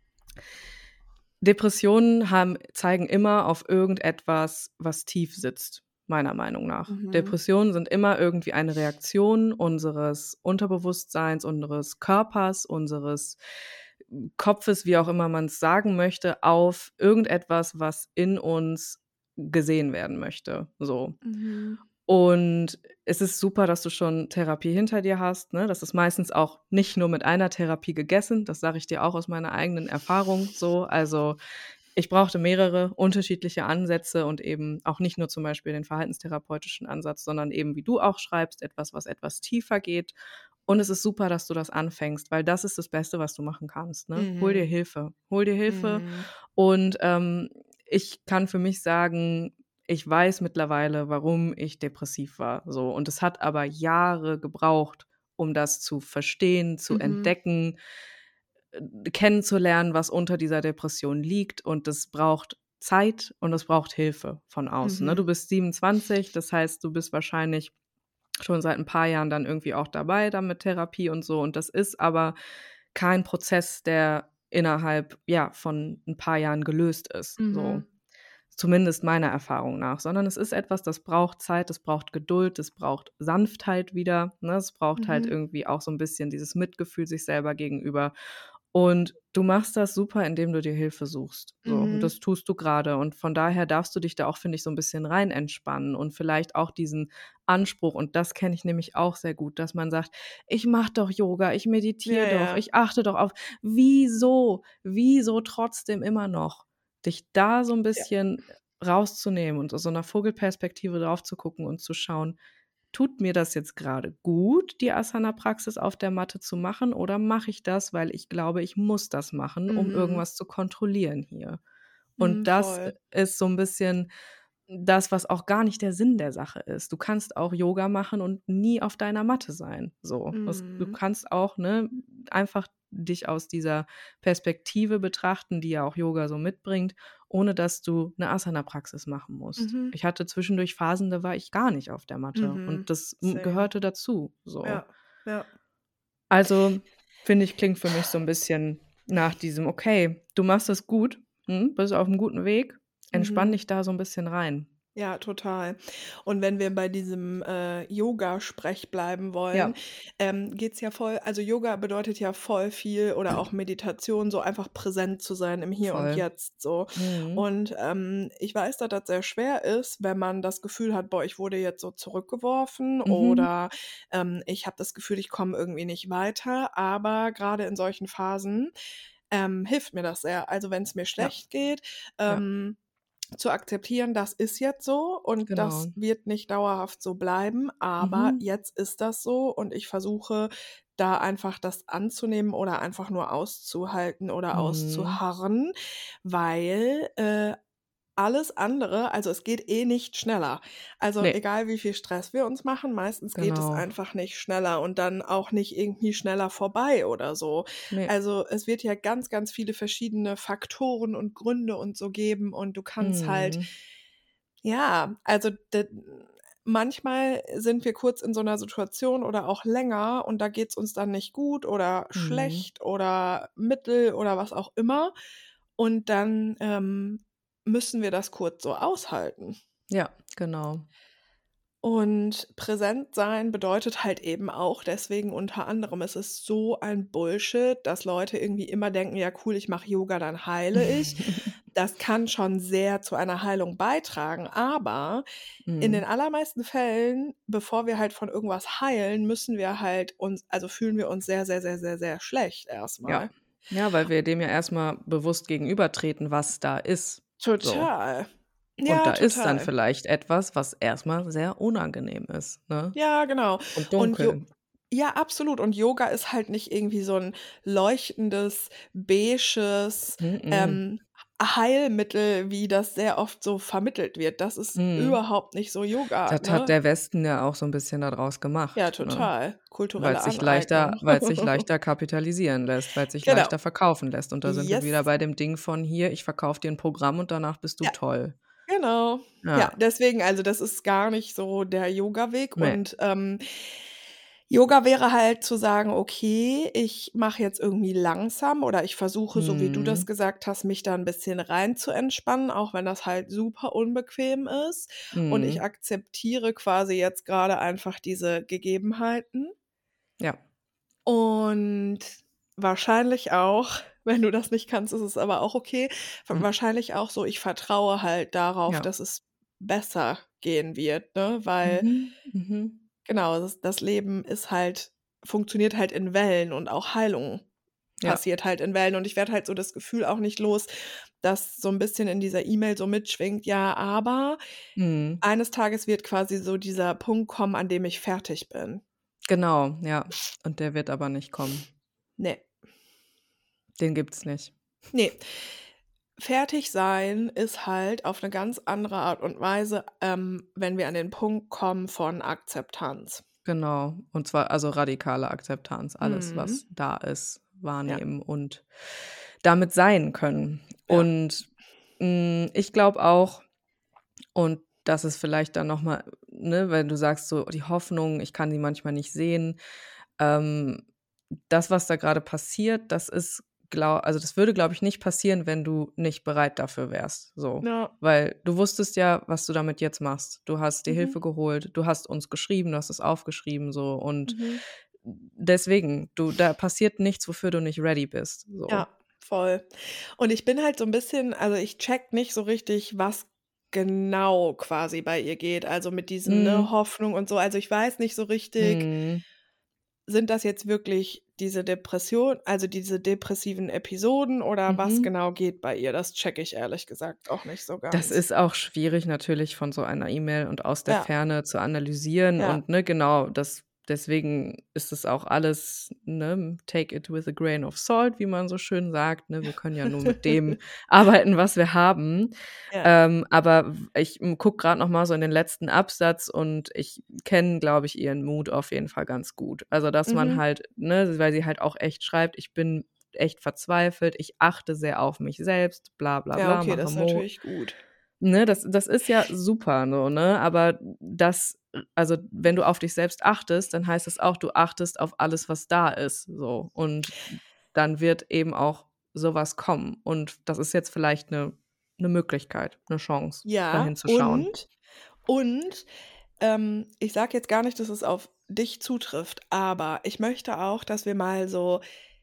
Depressionen zeigen immer auf irgendetwas, was tief sitzt, meiner Meinung nach. Mhm. Depressionen sind immer irgendwie eine Reaktion unseres Unterbewusstseins, unseres Körpers, unseres Kopfes, wie auch immer man es sagen möchte, auf irgendetwas, was in uns gesehen werden möchte, so. Mhm. Und es ist super, dass du schon Therapie hinter dir hast, ne? Das ist meistens auch nicht nur mit einer Therapie gegessen. Das sage ich dir auch aus meiner eigenen Erfahrung so. Also, ich brauchte mehrere unterschiedliche Ansätze und eben auch nicht nur zum Beispiel den verhaltenstherapeutischen Ansatz, sondern eben, wie du auch schreibst, etwas, was etwas tiefer geht. Und es ist super, dass du das anfängst, weil das ist das Beste, was du machen kannst, ne? Hol dir Mhm. Hilfe. Hol dir Hilfe Mhm. und, ich kann für mich sagen, ich weiß mittlerweile, warum ich depressiv war, so. Und es hat aber Jahre gebraucht, um das zu verstehen, zu Mhm. entdecken, kennenzulernen, was unter dieser Depression liegt. Und das braucht Zeit und es braucht Hilfe von außen, ne? Du Mhm. bist 27, das heißt, du bist wahrscheinlich schon seit 'n paar Jahren dann irgendwie auch dabei dann mit Therapie und so. Und das ist aber kein Prozess, der innerhalb, ja, von 'n paar Jahren gelöst ist, so. Mhm. Zumindest meiner Erfahrung nach, sondern es ist etwas, das braucht Zeit, das braucht Geduld, das braucht Sanftheit wieder, ne? Es braucht halt Mhm. irgendwie auch so 'n bisschen dieses Mitgefühl sich selber gegenüber. Und du machst das super, indem du dir Hilfe suchst, so. Und Mhm. das tust du grade. Und von daher darfst du dich da auch, finde ich, so 'n bisschen rein entspannen und vielleicht auch diesen Anspruch und das kenne ich nämlich auch sehr gut, dass man sagt: „Ich mache doch Yoga, ich Ja, meditiere doch, ja. ich achte doch auf“ wieso? Wieso trotzdem immer noch? Dich da so 'n Ja. bisschen rauszunehmen und aus so 'ner Vogelperspektive drauf zu gucken und zu schauen: „Tut mir das jetzt grade gut, die Asana-Praxis auf der Matte zu machen, oder mache ich das, weil ich glaube, ich muss das machen, um Mhm. irgendwas zu kontrollieren hier?“ Mhm, Und das voll. ist so 'n bisschen das, was auch gar nicht der Sinn der Sache ist. Du kannst auch Yoga machen und nie auf deiner Matte sein, so. Du Mhm. kannst auch, ne, einfach dich aus dieser Perspektive betrachten, die ja auch Yoga so mitbringt, ohne dass du 'ne Asana-Praxis machen musst. Mhm. Ich hatte zwischendurch Phasen, da war ich gar nicht auf der Matte Mhm. und das, Same. gehörte dazu, so. Ja, ja. Also, finde ich, klingt für mich so 'n bisschen nach diesem: „Okay, du machst das gut, bist auf'm guten Weg. Entspann Mhm. dich da so 'n bisschen rein.“ Ja, total. Und wenn wir bei diesem, Yoga-Sprech bleiben wollen, Ja, geht's ja voll, also, Yoga bedeutet ja voll viel, oder auch Meditation, so einfach präsent zu sein im Hier und voll. Jetzt so. Mhm. Und, ich weiß, dass das sehr schwer ist, wenn man das Gefühl hat: „Boah, ich wurde jetzt so zurückgeworfen“, Mhm. oder, „Ich habe das Gefühl, ich komme irgendwie nicht weiter.“ Aber grade in solchen Phasen hilft mir das sehr. Also, wenn es mir Ja, schlecht geht, ja, zu akzeptieren, das ist jetzt so und genau. das wird nicht dauerhaft so bleiben, aber Mhm. jetzt ist das so und ich versuche, da einfach das anzunehmen oder einfach nur auszuhalten oder Mhm. auszuharren, weil, alles andere, also, es geht eh nicht schneller. Also, Ne, egal wie viel Stress wir uns machen, meistens geht es genau. einfach nicht schneller und dann auch nicht irgendwie schneller vorbei oder so. Ne. Also, es wird ja ganz, ganz viele verschiedene Faktoren und Gründe und so geben und du kannst halt Mhm. ja, also, manchmal sind wir kurz in so 'ner Situation oder auch länger und da geht's uns dann nicht gut oder Mhm. schlecht oder mittel oder was auch immer und dann, müssen wir das kurz so aushalten. Ja, genau. Und präsent sein bedeutet halt eben auch deswegen unter anderem, es ist so ein Bullshit, dass Leute irgendwie immer denken: „Ja cool, ich mache Yoga, dann heile ich.“ Das kann schon sehr zu einer Heilung beitragen, aber in den Mhm. allermeisten Fällen, bevor wir halt von irgendwas heilen, müssen wir halt uns also fühlen wir uns sehr, sehr, sehr, sehr, sehr schlecht erst Ja. mal. Ja, weil wir dem ja erst mal bewusst gegenübertreten, was da ist, so. Total. Und Ja, da ist dann total. vielleicht etwas, was erst mal sehr unangenehm ist, ne? Ja, genau. Und Und Jo dunkel. ja, absolut. Und Yoga ist halt nicht irgendwie so 'n leuchtendes, beiges, Mhm. ähm, Heilmittel, wie das sehr oft so vermittelt wird. Das ist Mhm. überhaupt nicht so Yoga, Das hat ne? der Westen ja auch so 'n bisschen da draus Ja, gemacht, ne? total. Kulturelle Aneignung. Weil's sich leichter kapitalisieren lässt, weil's sich Genau. leichter verkaufen lässt. Und da sind wir wieder Yes. bei dem Ding von: „Hier, ich verkaufe dir 'n Programm und danach bist du Ja, toll.“ genau. Ja, Ja. deswegen, also, das ist gar nicht so der Yogaweg Ne. und, Yoga wäre halt zu sagen: „Okay, ich mache jetzt irgendwie langsam oder ich versuche, so wie du das Mhm. gesagt hast, mich da 'n bisschen rein zu entspannen, auch wenn das halt super unbequem ist. Und ich Mhm. akzeptiere quasi jetzt grade einfach diese Gegebenheiten Ja. und wahrscheinlich auch, wenn du das nicht kannst, ist es aber auch okay, Mhm. wahrscheinlich auch so, ich vertraue halt darauf, Ja. dass es besser gehen wird, ne, weil Mhm. Mhm. genau, das Leben ist halt funktioniert halt in Wellen und auch Heilung Ja. passiert halt in Wellen. Und ich werde halt so das Gefühl auch nicht los, dass so 'n bisschen in dieser E-Mail so mitschwingt: „Ja, aber Mhm. eines Tages wird quasi so dieser Punkt kommen, an dem ich fertig bin.“ Genau, ja. Und der wird aber nicht kommen. Ne, Den gibt's nicht. ne. Fertig sein ist halt auf 'ne ganz andere Art und Weise, wenn wir an den Punkt kommen von Akzeptanz. Genau. Und zwar also radikale Akzeptanz, alles, Mhm. was da ist, Ja, wahrnehmen und damit sein können. ja, Und, ich glaube auch und das ist vielleicht dann noch mal ne, wenn du sagst so die Hoffnung, ich kann die manchmal nicht sehen. Ähm, das, was da grade passiert, das ist also, das würde, glaube ich, nicht passieren, wenn du nicht bereit dafür wärst, so. ja. Weil du wusstest ja, was du damit jetzt machst. Du hast dir Mhm, Hilfe geholt, du hast uns geschrieben, du hast es aufgeschrieben so und mhm. deswegen, da passiert nichts, wofür du nicht ready bist, so. Ja, voll. Und ich bin halt so 'n bisschen also, ich check nicht so richtig, was genau quasi bei ihr geht, also, mit diesem, ne, Mhm. Hoffnung und so. Also, ich weiß nicht so richtig, Mhm. sind das jetzt wirklich diese Depression also, diese depressiven Episoden oder was Mhm. genau geht bei ihr? Das checke ich ehrlich gesagt auch nicht so Das ganz. ist auch schwierig natürlich von so einer E-Mail und aus der Ja, Ferne zu analysieren ja, und, ne, genau, deswegen ist es auch alles, ne, take it with a grain of salt, wie man so schön sagt, ne? Wir können ja nur mit dem arbeiten, was wir haben. ja, Aber ich, gucke grad noch mal so in den letzten Absatz und ich kenne, glaube ich, ihren Mut auf jeden Fall ganz gut. Also, dass man mhm. halt ne, weil sie halt auch echt schreibt: „Ich bin echt verzweifelt, ich achte sehr auf mich selbst, bla bla Ja, bla, okay, das mache ist Mo“ natürlich gut. Ne, das ist ja super so, ne? Aber also, wenn du auf dich selbst achtest, dann heißt das auch, du achtest auf alles, was da ist, so. Und dann wird eben auch so was kommen. Und das ist jetzt vielleicht 'ne Möglichkeit, 'ne Chance, da Ja, hinzuschauen. und ich sage jetzt gar nicht, dass es auf dich zutrifft, aber ich möchte auch, dass wir mal so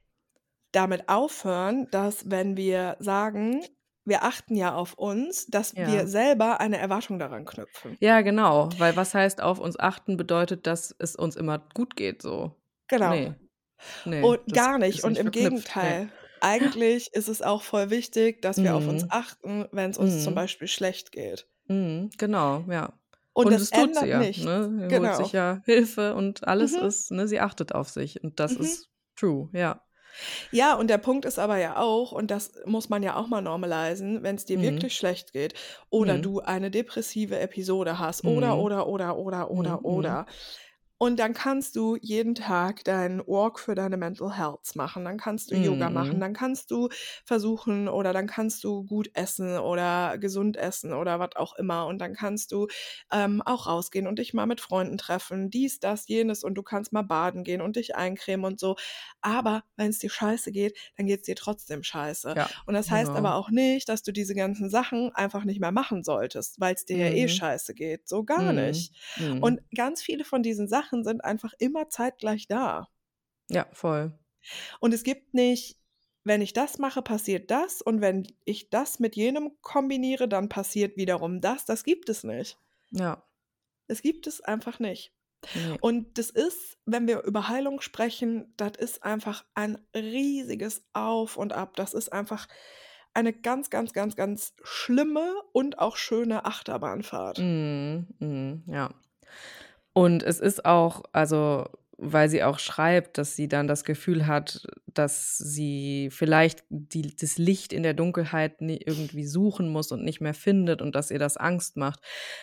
damit aufhören, dass wenn wir sagen, wir achten ja auf uns, dass wir Ja. selber eine Erwartung daran knüpfen. Ja, genau, weil was heißt auf uns achten bedeutet, dass es uns immer gut geht so. Genau. Ne, ne, Und das gar nicht ist und nicht im verknüpft, ne. Gegenteil. eigentlich ist es auch voll wichtig, dass wir auf uns Mhm. achten, wenn es uns zum Mhm. Beispiel schlecht geht. Genau, ja. Und Und das das tut sie ändert ja, nichts. ne? Sie holt sich Genau. ja Hilfe und alles Mhm, ist ne, sie achtet auf sich und das mhm. ist true, ja. Ja, und der Punkt ist aber ja auch, und das muss man ja auch mal normalisieren, wenn es dir Mhm. wirklich schlecht geht oder Mhm. du eine depressive Episode hast Mhm. Mhm. Mhm. oder. Und dann kannst du jeden Tag deinen Walk für deine Mental Health machen. Dann kannst du Yoga machen. Mhm. Dann kannst du versuchen oder dann kannst du gut essen oder gesund essen oder was auch immer. Und dann kannst du auch rausgehen und dich mal mit Freunden treffen. Dies, das, jenes. Und du kannst mal baden gehen und dich eincremen und so. Aber wenn es dir scheiße geht, dann geht es dir trotzdem scheiße. Ja, Und das heißt genau. aber auch nicht, dass du diese ganzen Sachen einfach nicht mehr machen solltest, weil es dir ja eh Mhm. scheiße geht. So gar Mhm. nicht. Mhm. Und ganz viele von diesen Sachen sind einfach immer zeitgleich da. Ja, voll. Und es gibt nicht, wenn ich das mache, passiert das und wenn ich das mit jenem kombiniere, dann passiert wiederum das. Das gibt es nicht. Ja, Es gibt es einfach nicht. ne. Und das ist, wenn wir über Heilung sprechen, das ist einfach ein riesiges Auf und Ab. Das ist einfach eine ganz, ganz, ganz, ganz schlimme und auch schöne Achterbahnfahrt. Ja. Und es ist auch also, weil sie auch schreibt, dass sie dann das Gefühl hat, dass sie vielleicht das Licht in der Dunkelheit irgendwie suchen muss und nicht mehr findet und dass ihr das Angst macht.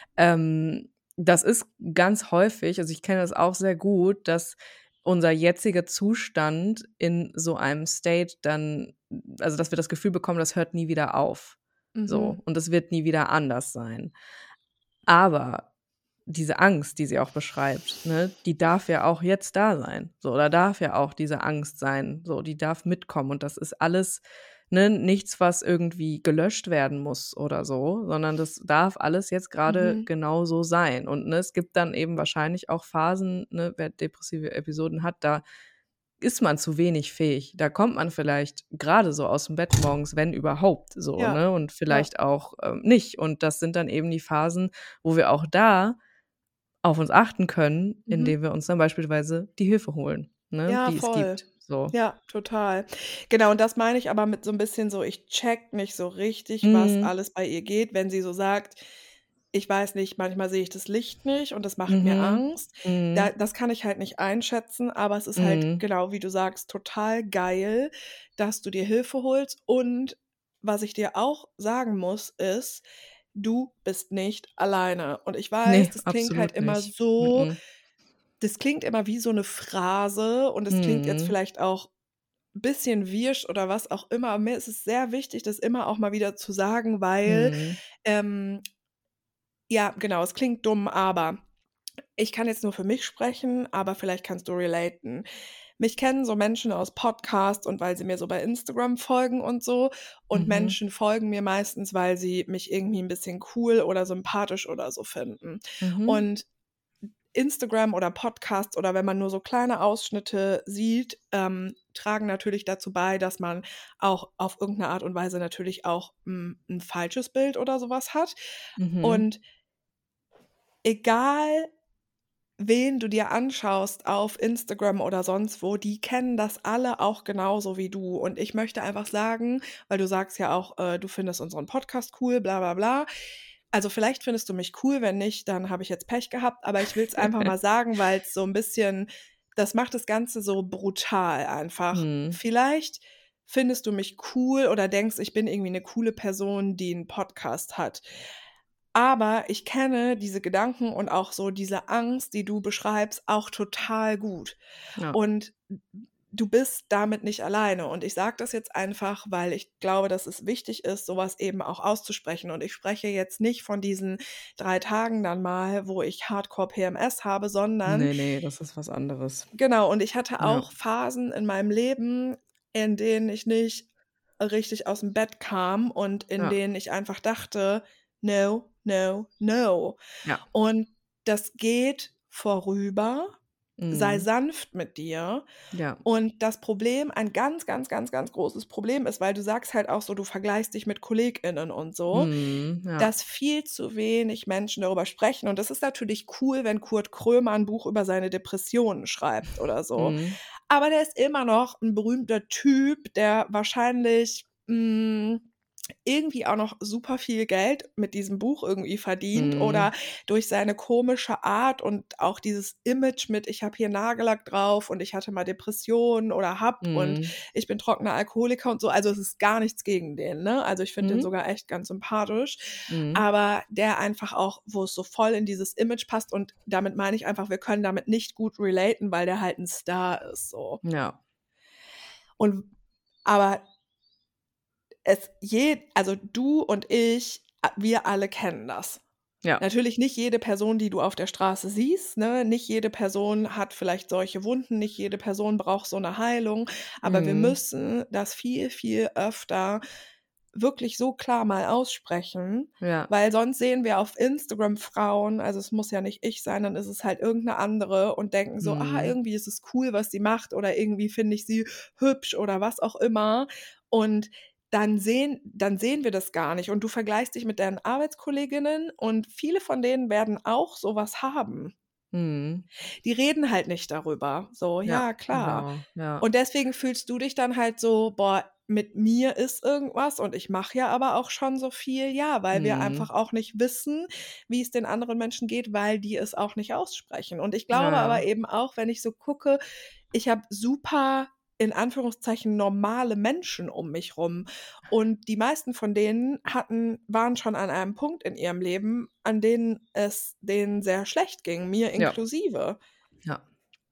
Das ist ganz häufig also, ich kenne das auch sehr gut, dass unser jetziger Zustand in so einem State dann also, dass wir das Gefühl bekommen, das hört nie wieder auf, so, Mhm. und es wird nie wieder anders sein. Aber diese Angst, die sie auch beschreibt, ne, die darf ja auch jetzt da sein, so, oder darf ja auch diese Angst sein, so, die darf mitkommen und das ist alles, ne, nichts, was irgendwie gelöscht werden muss oder so, sondern das darf alles jetzt grade Mhm. genau so sein und, ne, es gibt dann eben wahrscheinlich auch Phasen, ne, wer depressive Episoden hat, da ist man zu wenig fähig. Da kommt man vielleicht grade so aus'm Bett morgens, wenn überhaupt so, Ja, ne, und ja. vielleicht auch, nicht. Und das sind dann eben die Phasen, wo wir auch da auf uns achten können, Mhm. indem wir uns dann beispielsweise die Hilfe holen, ne, Ja, die es voll. gibt, so. Ja, total. Genau, und das meine ich aber mit so 'n bisschen so, ich check nicht so richtig, was Mhm. alles bei ihr geht, wenn sie so sagt: „Ich weiß nicht, manchmal sehe ich das Licht nicht und das macht mir Mhm. Angst.“ Mhm. Das kann ich halt nicht einschätzen, aber es ist halt, Mhm. genau wie du sagst, total geil, dass du dir Hilfe holst. Und was ich dir auch sagen muss, ist, du bist nicht alleine. Und ich weiß, Ne, das klingt halt absolut immer nicht. so, Mhm. das klingt immer wie so 'ne Phrase und es klingt jetzt Mhm. vielleicht auch bisschen wirsch oder was auch immer. Aber mir ist es sehr wichtig, das immer auch mal wieder zu sagen, weil, Mhm. ähm ja, genau, es klingt dumm, aber ich kann jetzt nur für mich sprechen, aber vielleicht kannst du relaten. Mich kennen so Menschen aus Podcasts und weil sie mir so bei Instagram folgen und so. Und Mhm. Menschen folgen mir meistens, weil sie mich irgendwie 'n bisschen cool oder sympathisch oder so finden. Mhm. Und Instagram oder Podcasts oder wenn man nur so kleine Ausschnitte sieht, tragen natürlich dazu bei, dass man auch auf irgend 'ne Art und Weise natürlich auch 'n falsches Bild oder so was hat. Mhm. Und egal, wen du dir anschaust auf Instagram oder sonst wo, die kennen das alle auch genauso wie du. Und ich möchte einfach sagen, weil du sagst ja auch, du findest unseren Podcast cool, bla bla bla. Also, vielleicht findest du mich cool, wenn nicht, dann habe ich jetzt Pech gehabt, aber ich will's einfach mal sagen, weil's so 'n bisschen, das macht das Ganze so brutal einfach. Mhm. Vielleicht findest du mich cool oder denkst, ich bin irgendwie 'ne coole Person, die 'n Podcast hat. Aber ich kenne diese Gedanken und auch so diese Angst, die du beschreibst, auch total gut. Ja. Und du bist damit nicht alleine. Und ich sage das jetzt einfach, weil ich glaube, dass es wichtig ist, so was eben auch auszusprechen. Und ich spreche jetzt nicht von diesen 3 Tagen dann mal, wo ich Hardcore PMS habe, sondern Ne, ne, das ist was anderes. genau, und ich hatte Ja. auch Phasen in meinem Leben, in denen ich nicht richtig aus'm Bett kam und in Ja. denen ich einfach dachte: „No, no, no.“ Ja. Und das geht vorüber. Sei Mhm. sanft mit dir. Ja. Und das Problem, ein ganz, ganz, ganz, ganz großes Problem ist, weil du sagst halt auch so, du vergleichst dich mit KollegInnen und so, Mhm. Ja. dass viel zu wenig Menschen darüber sprechen. Und das ist natürlich cool, wenn Kurt Krömer 'n Buch über seine Depressionen schreibt oder so. Mhm. aber der ist immer noch ein berühmter Typ, der wahrscheinlich irgendwie auch noch super viel Geld mit diesem Buch irgendwie verdient oder durch seine komische Art und auch dieses Image mit, ich habe hier Nagellack drauf und ich hatte mal Depressionen oder und ich bin trockener Alkoholiker und so. Also es ist gar nichts gegen den, ne? Also ich finde den sogar echt ganz sympathisch. Aber der einfach auch, wo es so voll in dieses Image passt und damit meine ich einfach, wir können damit nicht gut relaten, weil der halt ein Star ist, so. Ja. Aber also du und ich, wir alle kennen das. Ja. Natürlich nicht jede Person, die du auf der Straße siehst, ne? Nicht jede Person hat vielleicht solche Wunden, nicht jede Person braucht so eine Heilung, aber wir müssen das viel, viel öfter wirklich so klar mal aussprechen, Ja. weil sonst sehen wir auf Instagram Frauen, also es muss ja nicht ich sein, dann ist es halt irgendeine andere und denken so, irgendwie ist es cool, was sie macht oder irgendwie finde ich sie hübsch oder was auch immer und dann sehen wir das gar nicht und du vergleichst dich mit deinen Arbeitskolleginnen und viele von denen werden auch sowas haben. Die reden halt nicht darüber. So, ja, klar. Genau. Ja. Und deswegen fühlst du dich dann halt so, boah, mit mir ist irgendwas und ich mache ja aber auch schon so viel, ja, weil wir einfach auch nicht wissen, wie es den anderen Menschen geht, weil die es auch nicht aussprechen. Und ich glaube aber eben auch, wenn ich so gucke, ich habe super in Anführungszeichen normale Menschen um mich rum. Und die meisten von denen waren schon an einem Punkt in ihrem Leben, an denen es denen sehr schlecht ging, mir inklusive. Ja.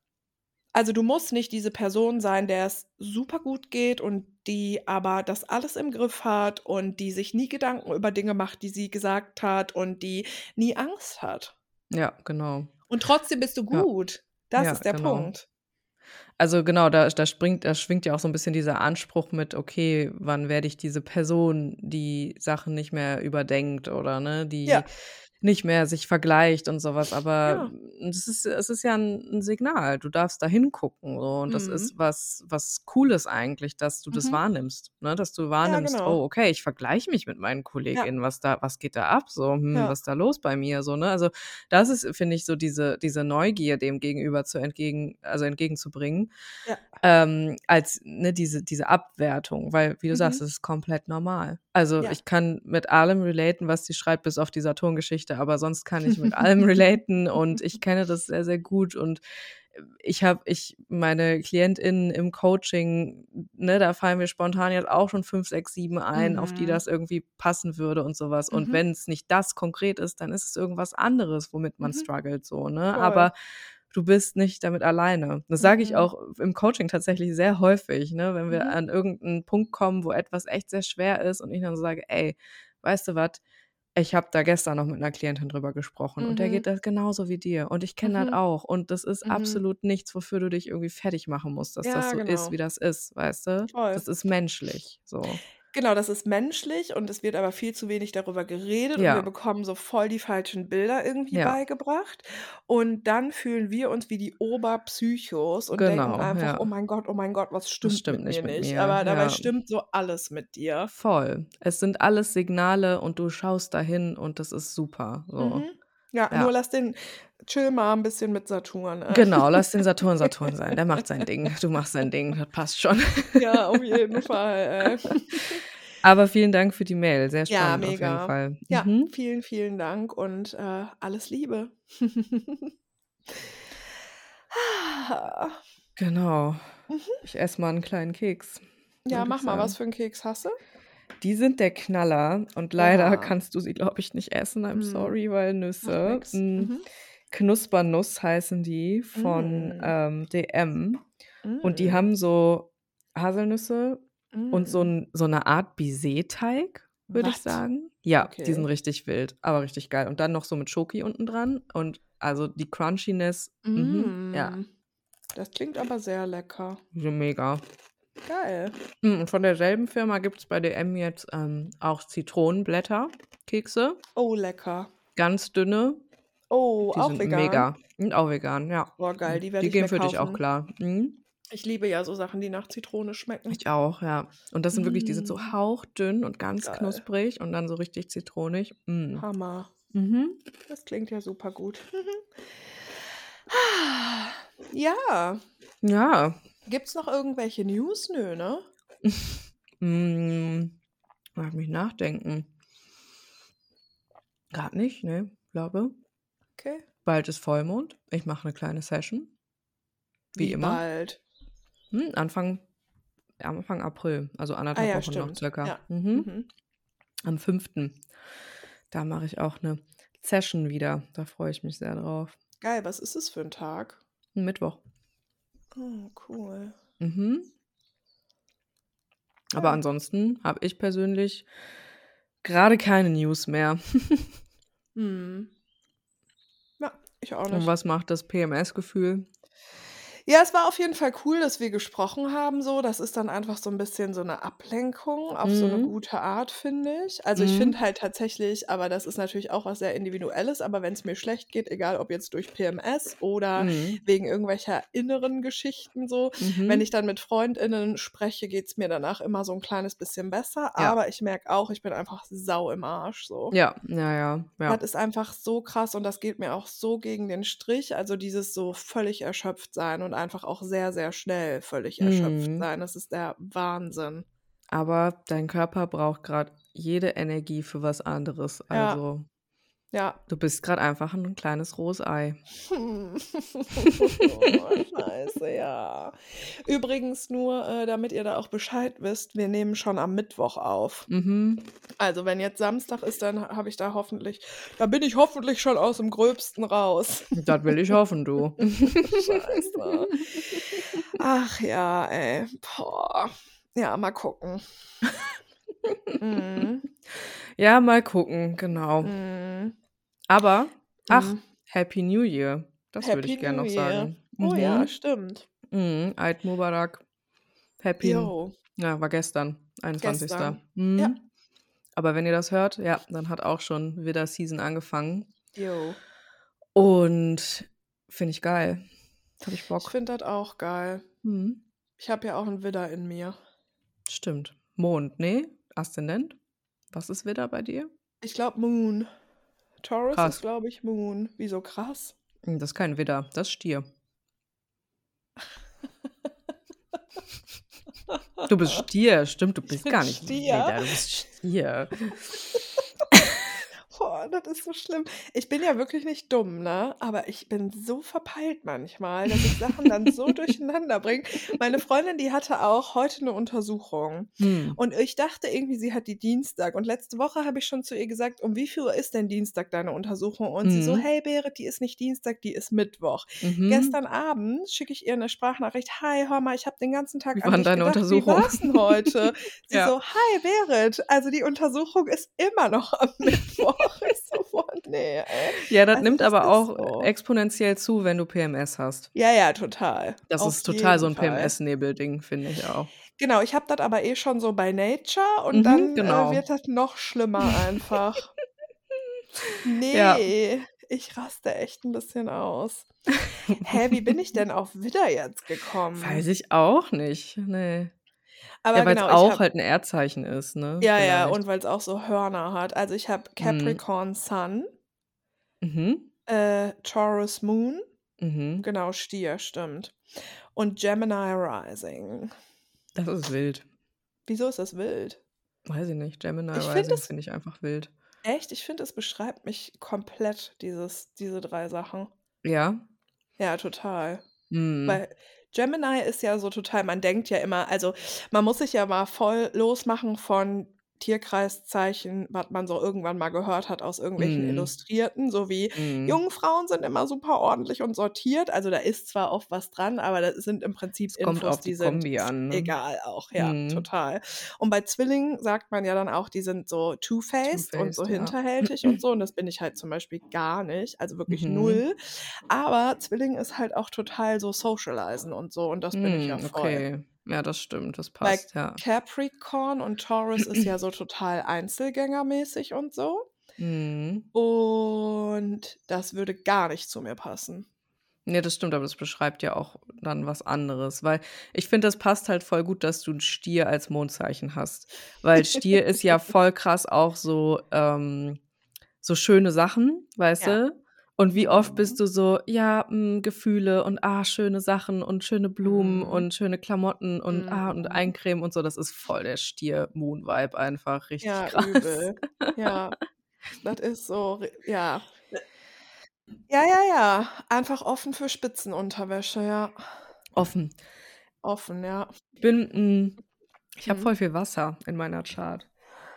Also du musst nicht diese Person sein, der es super gut geht und die aber das alles im Griff hat und die sich nie Gedanken über Dinge macht, die sie gesagt hat und die nie Angst hat. Ja, genau. Und trotzdem bist du Ja. gut. Das Ja, ist der genau. Punkt. Also genau, da schwingt ja auch so ein bisschen dieser Anspruch mit: „Okay, wann werde ich diese Person, die Sachen nicht mehr überdenkt oder, ne, die Ja. nicht mehr sich vergleicht und sowas. Aber Ja. es ist ja ein Signal. Du darfst da hingucken so und das ist was Cooles eigentlich, dass du das wahrnimmst, ne? Dass du Ja, wahrnimmst: genau. „Oh, okay, ich vergleiche mich mit meinen Ja. KollegInnen. Was geht da ab so? Ja. Was ist da los bei mir?“ So, ne? Also, das ist, finde ich, so diese Neugier dem gegenüber entgegenzubringen, Ja. als, ne, diese Abwertung, weil, wie du sagst, es ist komplett normal. Also, Ja. ich kann mit allem relaten, was sie schreibt, bis auf die Saturn-Geschichte, aber sonst kann ich mit allem relaten und ich kenne das sehr, sehr gut und meine KlientInnen im Coaching, ne, da fallen mir spontan jetzt auch schon 5, 6, 7 ein, auf die das irgendwie passen würde und sowas. Und wenn's nicht das konkret ist, dann ist es irgendwas anderes, womit man struggelt so, ne? Voll. Aber du bist nicht damit alleine. Das sage ich auch im Coaching tatsächlich sehr häufig, ne, wenn wir an irgendeinen Punkt kommen, wo etwas echt sehr schwer ist und ich dann so sage: „Ey, weißt du was? Ich habe da gestern noch mit 'ner Klientin drüber gesprochen und der geht das genauso wie dir und ich kenne das auch und das ist absolut nichts, wofür du dich irgendwie fertig machen musst, dass das Ja, so ist, genau. wie das ist, weißt du? Voll. Das ist menschlich, so. Genau, das ist menschlich und es wird aber viel zu wenig darüber geredet und wir Ja, bekommen so voll die falschen Bilder irgendwie ja, beigebracht. Und dann fühlen wir uns wie die Oberpsychos und denken genau, einfach: ja. Oh mein Gott, was Das stimmt stimmt mit mir nicht mit nicht?“ mir, Aber dabei ja. stimmt so alles mit dir. Voll. Es sind alles Signale und du schaust dahin und das ist super, so. Ja, nur Ja. chill mal ein bisschen mit Saturn, Genau, lass den Saturn Saturn sein. Der macht sein Ding. Du machst dein Ding, das passt schon. Ja, auf jeden Fall, Aber vielen Dank für die Mail. Sehr Ja, spannend auf jeden mega. Fall. Ja, vielen, vielen Dank und, alles Liebe. Genau. Ich esse mal 'n kleinen Keks, Ja, würde ich mach mal. Was sagen. für 'n Keks hast du? Die sind der Knaller und leider Oha. kannst du sie, glaube ich, nicht essen. I'm Mhm. sorry, weil Macht Nüsse. nix. Knuspernuss heißen die von, Mm. DM und die Mm. haben so Haselnüsse und Mm. so 'ne Art Baiser-Teig, würde ich Was? sagen. Ja, die sind Okay. richtig wild, aber richtig geil. Und dann noch so mit Schoki unten dran und also die Crunchiness, ja, Mm. Das klingt aber sehr lecker. so mega. Geil. Und von derselben Firma gibt's bei DM jetzt, auch Zitronenblätter-Kekse, Oh, lecker. ganz dünne. Oh, Die auch sind vegan? mega. Sind auch vegan, ja. Boah, geil, die werde Die ich gehen mir für dich auch kaufen. klar. Ich liebe ja so Sachen, die nach Zitrone schmecken. Ich auch, ja. Und das sind wirklich die sind so Mm. hauchdünn und ganz Geil. knusprig und dann so richtig zitronig. Hammer. Mhm. Das klingt ja super gut. Ja. Ja. Gibt's noch irgendwelche News? Nö, ne? Lass mich nachdenken. Gerade nicht, ne, glaube. Okay. Bald ist Vollmond. Ich mache eine kleine Session. Wie immer. bald? Anfang April, also Ah 1,5 ja, Wochen noch stimmt. circa. Ja. Am 5. Da mache ich auch eine Session wieder. Da freue ich mich sehr drauf. Geil, was ist es für ein Tag? Mittwoch. Oh, cool. Aber Ja. ansonsten habe ich persönlich gerade keine News mehr. Ja, ich auch Und nicht. was macht das PMS-Gefühl? Ja, es war auf jeden Fall cool, dass wir gesprochen haben so. Das ist dann einfach so ein bisschen so eine Ablenkung auf so eine gute Art, finde ich. Also, ich finde halt tatsächlich, aber das ist natürlich auch was sehr Individuelles, aber wenn es mir schlecht geht, egal ob jetzt durch PMS oder wegen irgendwelcher inneren Geschichten so, wenn ich dann mit FreundInnen spreche, geht's mir danach immer so ein kleines bisschen besser. Ja. Aber ich merke auch, ich bin einfach sau im Arsch so. Ja. Das ist einfach so krass und das geht mir auch so gegen den Strich. Also dieses so völlig erschöpft sein und einfach auch sehr, sehr schnell völlig erschöpft sein. Das ist der Wahnsinn. Aber dein Körper braucht gerade jede Energie für was anderes. Ja. Also Ja. du bist gerade einfach ein kleines rohes Ei. Oh, scheiße, ja. Übrigens nur, damit ihr da auch Bescheid wisst, wir nehmen schon am Mittwoch auf. Also wenn jetzt Samstag ist, dann bin ich hoffentlich schon aus dem Gröbsten raus. Das will ich hoffen, du. Scheiße. Ach ja, ey. Boah. Ja, mal gucken. Ja, mal gucken, genau. Aber, Happy New Year. Das würde ich gerne noch sagen. Oh ja, stimmt. Eid Mubarak. Happy. Jo. Ja, war gestern, 21. Gestern. Ja. Aber wenn ihr das hört, ja, dann hat auch schon wieder Season angefangen. Jo. Und finde ich geil. Habe ich Bock. Ich finde das auch geil. Ich habe ja auch einen Widder in mir. Stimmt. Mond, nee? Aszendent? Was ist Widder bei dir? Ich glaube Moon. Taurus Krass. ist, glaube ich, Moon. Wieso krass? Das ist kein Widder, das ist Stier. Du bist Stier, stimmt, du bist gar nicht Widder, du bist Stier. Boah, das ist so schlimm. Ich bin ja wirklich nicht dumm, ne? Aber ich bin so verpeilt manchmal, dass ich Sachen dann so durcheinander bringe. Meine Freundin, die hatte auch heute eine Untersuchung. Und ich dachte irgendwie, sie hat die Dienstag. Und letzte Woche habe ich schon zu ihr gesagt, um wie viel Uhr ist denn Dienstag deine Untersuchung? Und sie so, hey Berit, die ist nicht Dienstag, die ist Mittwoch. Gestern Abend schicke ich ihr eine Sprachnachricht. Hi, hör mal, ich habe den ganzen Tag an dich deine gedacht. Untersuchung? Wie war's denn heute? Sie so, hi Berit, also die Untersuchung ist immer noch am Mittwoch. Ich so, boah, nee, ey. Ja, das nimmt aber auch exponentiell zu, wenn du PMS hast. Ja, total. Das Auf ist total so ein jeden Fall. PMS-Nebel-Ding, finde ich auch. Genau, ich habe das aber schon so bei Nature und dann wird das noch schlimmer einfach. Nee, ich raste echt ein bisschen aus. Hä, wie bin ich denn auf Widder jetzt gekommen? Weiß ich auch nicht, nee. Aber Ja, weil es genau, auch halt ein Erdzeichen ist, ne? Ja, vielleicht. und weil es auch so Hörner hat. Also ich habe Capricorn Sun, Taurus Moon, genau, Stier, stimmt. Und Gemini Rising. Das ist wild. Wieso ist das wild? Weiß ich nicht, Gemini Rising finde ich einfach wild. Echt? Ich finde, es beschreibt mich komplett, diese 3 Sachen. Ja? Ja, total. Weil Gemini ist ja so total, man denkt ja immer, also man muss sich ja mal voll losmachen von Tierkreiszeichen, was man so irgendwann mal gehört hat aus irgendwelchen Illustrierten, so wie Jungfrauen sind immer super ordentlich und sortiert. Also da ist zwar oft was dran, aber das sind im Prinzip Es kommt Infos, auf die die sind Kombi an, ne? egal auch, ja, total. Und bei Zwillingen sagt man ja dann auch, die sind so two-faced und so Two-faced, ja. hinterhältig und so. Und das bin ich halt zum Beispiel gar nicht, also wirklich null. Aber Zwilling ist halt auch total so socialisen und so und das bin ich ja voll. Okay, ja, das stimmt, das Bei passt, ja. Capricorn und Taurus ist ja so total einzelgängermäßig und so. Und das würde gar nicht zu mir passen. Nee, das stimmt, aber das beschreibt ja auch dann was anderes, weil ich finde, das passt halt voll gut, dass du 'n Stier als Mondzeichen hast, weil Stier ist ja voll krass auch so, so schöne Sachen, weißt Ja. du? Und wie oft Mhm. bist du so, ja, Gefühle und schöne Sachen und schöne Blumen Mhm. und schöne Klamotten und Mhm. Eincremen und so. Das ist voll der Stier-Moon-Vibe einfach. Richtig Ja, krass. übel. Ja, das ist so, ja. Ja, ja, ja. Einfach offen für Spitzenunterwäsche, ja. Offen. Offen, ja. Ich habe Mhm. voll viel Wasser in meiner Chart.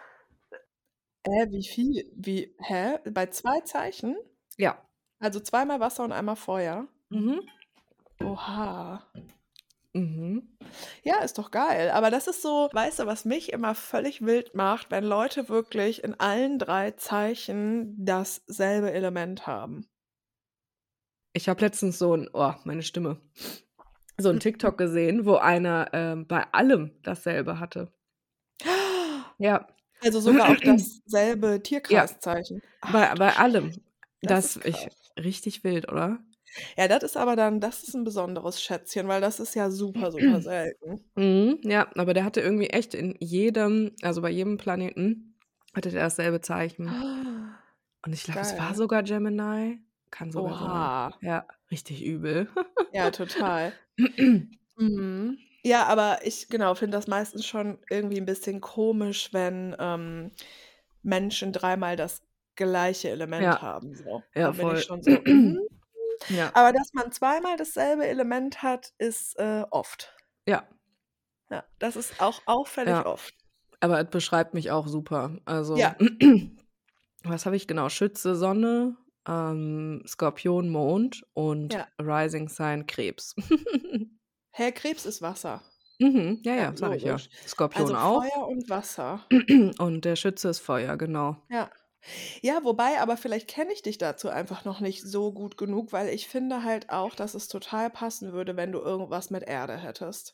Wie viel? Wie hä? Bei 2 Zeichen? Ja. Also zweimal Wasser und einmal Feuer? Mhm. Oha. Mhm. Ja, ist doch geil. Aber das ist so, weißt du, was mich immer völlig wild macht, wenn Leute wirklich in allen 3 Zeichen dasselbe Element haben. Ich habe letztens meine Stimme, so 'n TikTok gesehen, wo einer, bei allem dasselbe hatte. Ja. Also sogar auch dasselbe Ja, Tierkreiszeichen. Ach du bei Scheiße, allem. das ist Richtig wild, oder? Ja, das ist aber dann das ist 'n besonderes Schätzchen, weil das ist ja super, super selten. Ja, aber der hatte irgendwie echt bei jedem Planeten hatte der dasselbe Zeichen. Und ich glaube, es war Geil. sogar Gemini. Kann sogar sein. Oha. Ja, richtig übel. Ja, total. Mhm. Ja, aber ich, genau, finde das meistens schon irgendwie 'n bisschen komisch, wenn, Menschen dreimal das gleiche Element Ja, haben, so. ja, Da bin ich voll. schon so: Ja, Aber dass man zweimal dasselbe Element hat, ist, oft. ja, Ja, das ist auch auffällig ja. oft. Aber es beschreibt mich auch super. Also, Ja, was habe ich genau? Schütze, Sonne, Skorpion, Mond und ja. Rising Sign Krebs. Hä, Krebs ist Wasser. Ja, Ja, ja, sage ich ja. logisch. Skorpion Also auch. Feuer und Wasser. Und der Schütze ist Feuer, genau. Ja. Ja, wobei, aber vielleicht kenne ich dich dazu einfach noch nicht so gut genug, weil ich finde halt auch, dass es total passen würde, wenn du irgendwas mit Erde hättest.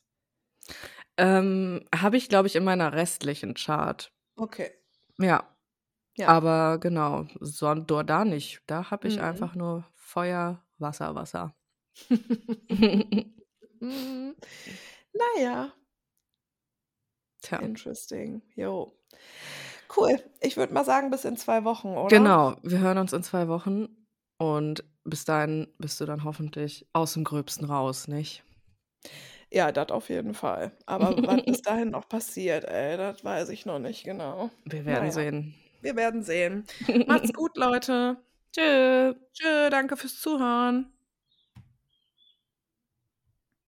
Habe ich, glaube ich, in meiner restlichen Chart. Okay, Ja, ja. aber genau, da nicht. Da habe ich Mhm. einfach nur Feuer, Wasser, Wasser. Mhm. Na ja, Tja, interesting. Jo. Cool. Ich würde mal sagen, bis in 2 Wochen, oder? genau. Wir hören uns in 2 Wochen und bis dahin bist du dann hoffentlich aus dem Gröbsten raus, nicht? Ja, das auf jeden Fall. Aber was bis dahin noch passiert, ey, das weiß ich noch nicht genau. Wir Na werden ja, sehen. wir werden sehen. Macht's gut, Leute. Tschö. Tschö, danke fürs Zuhören.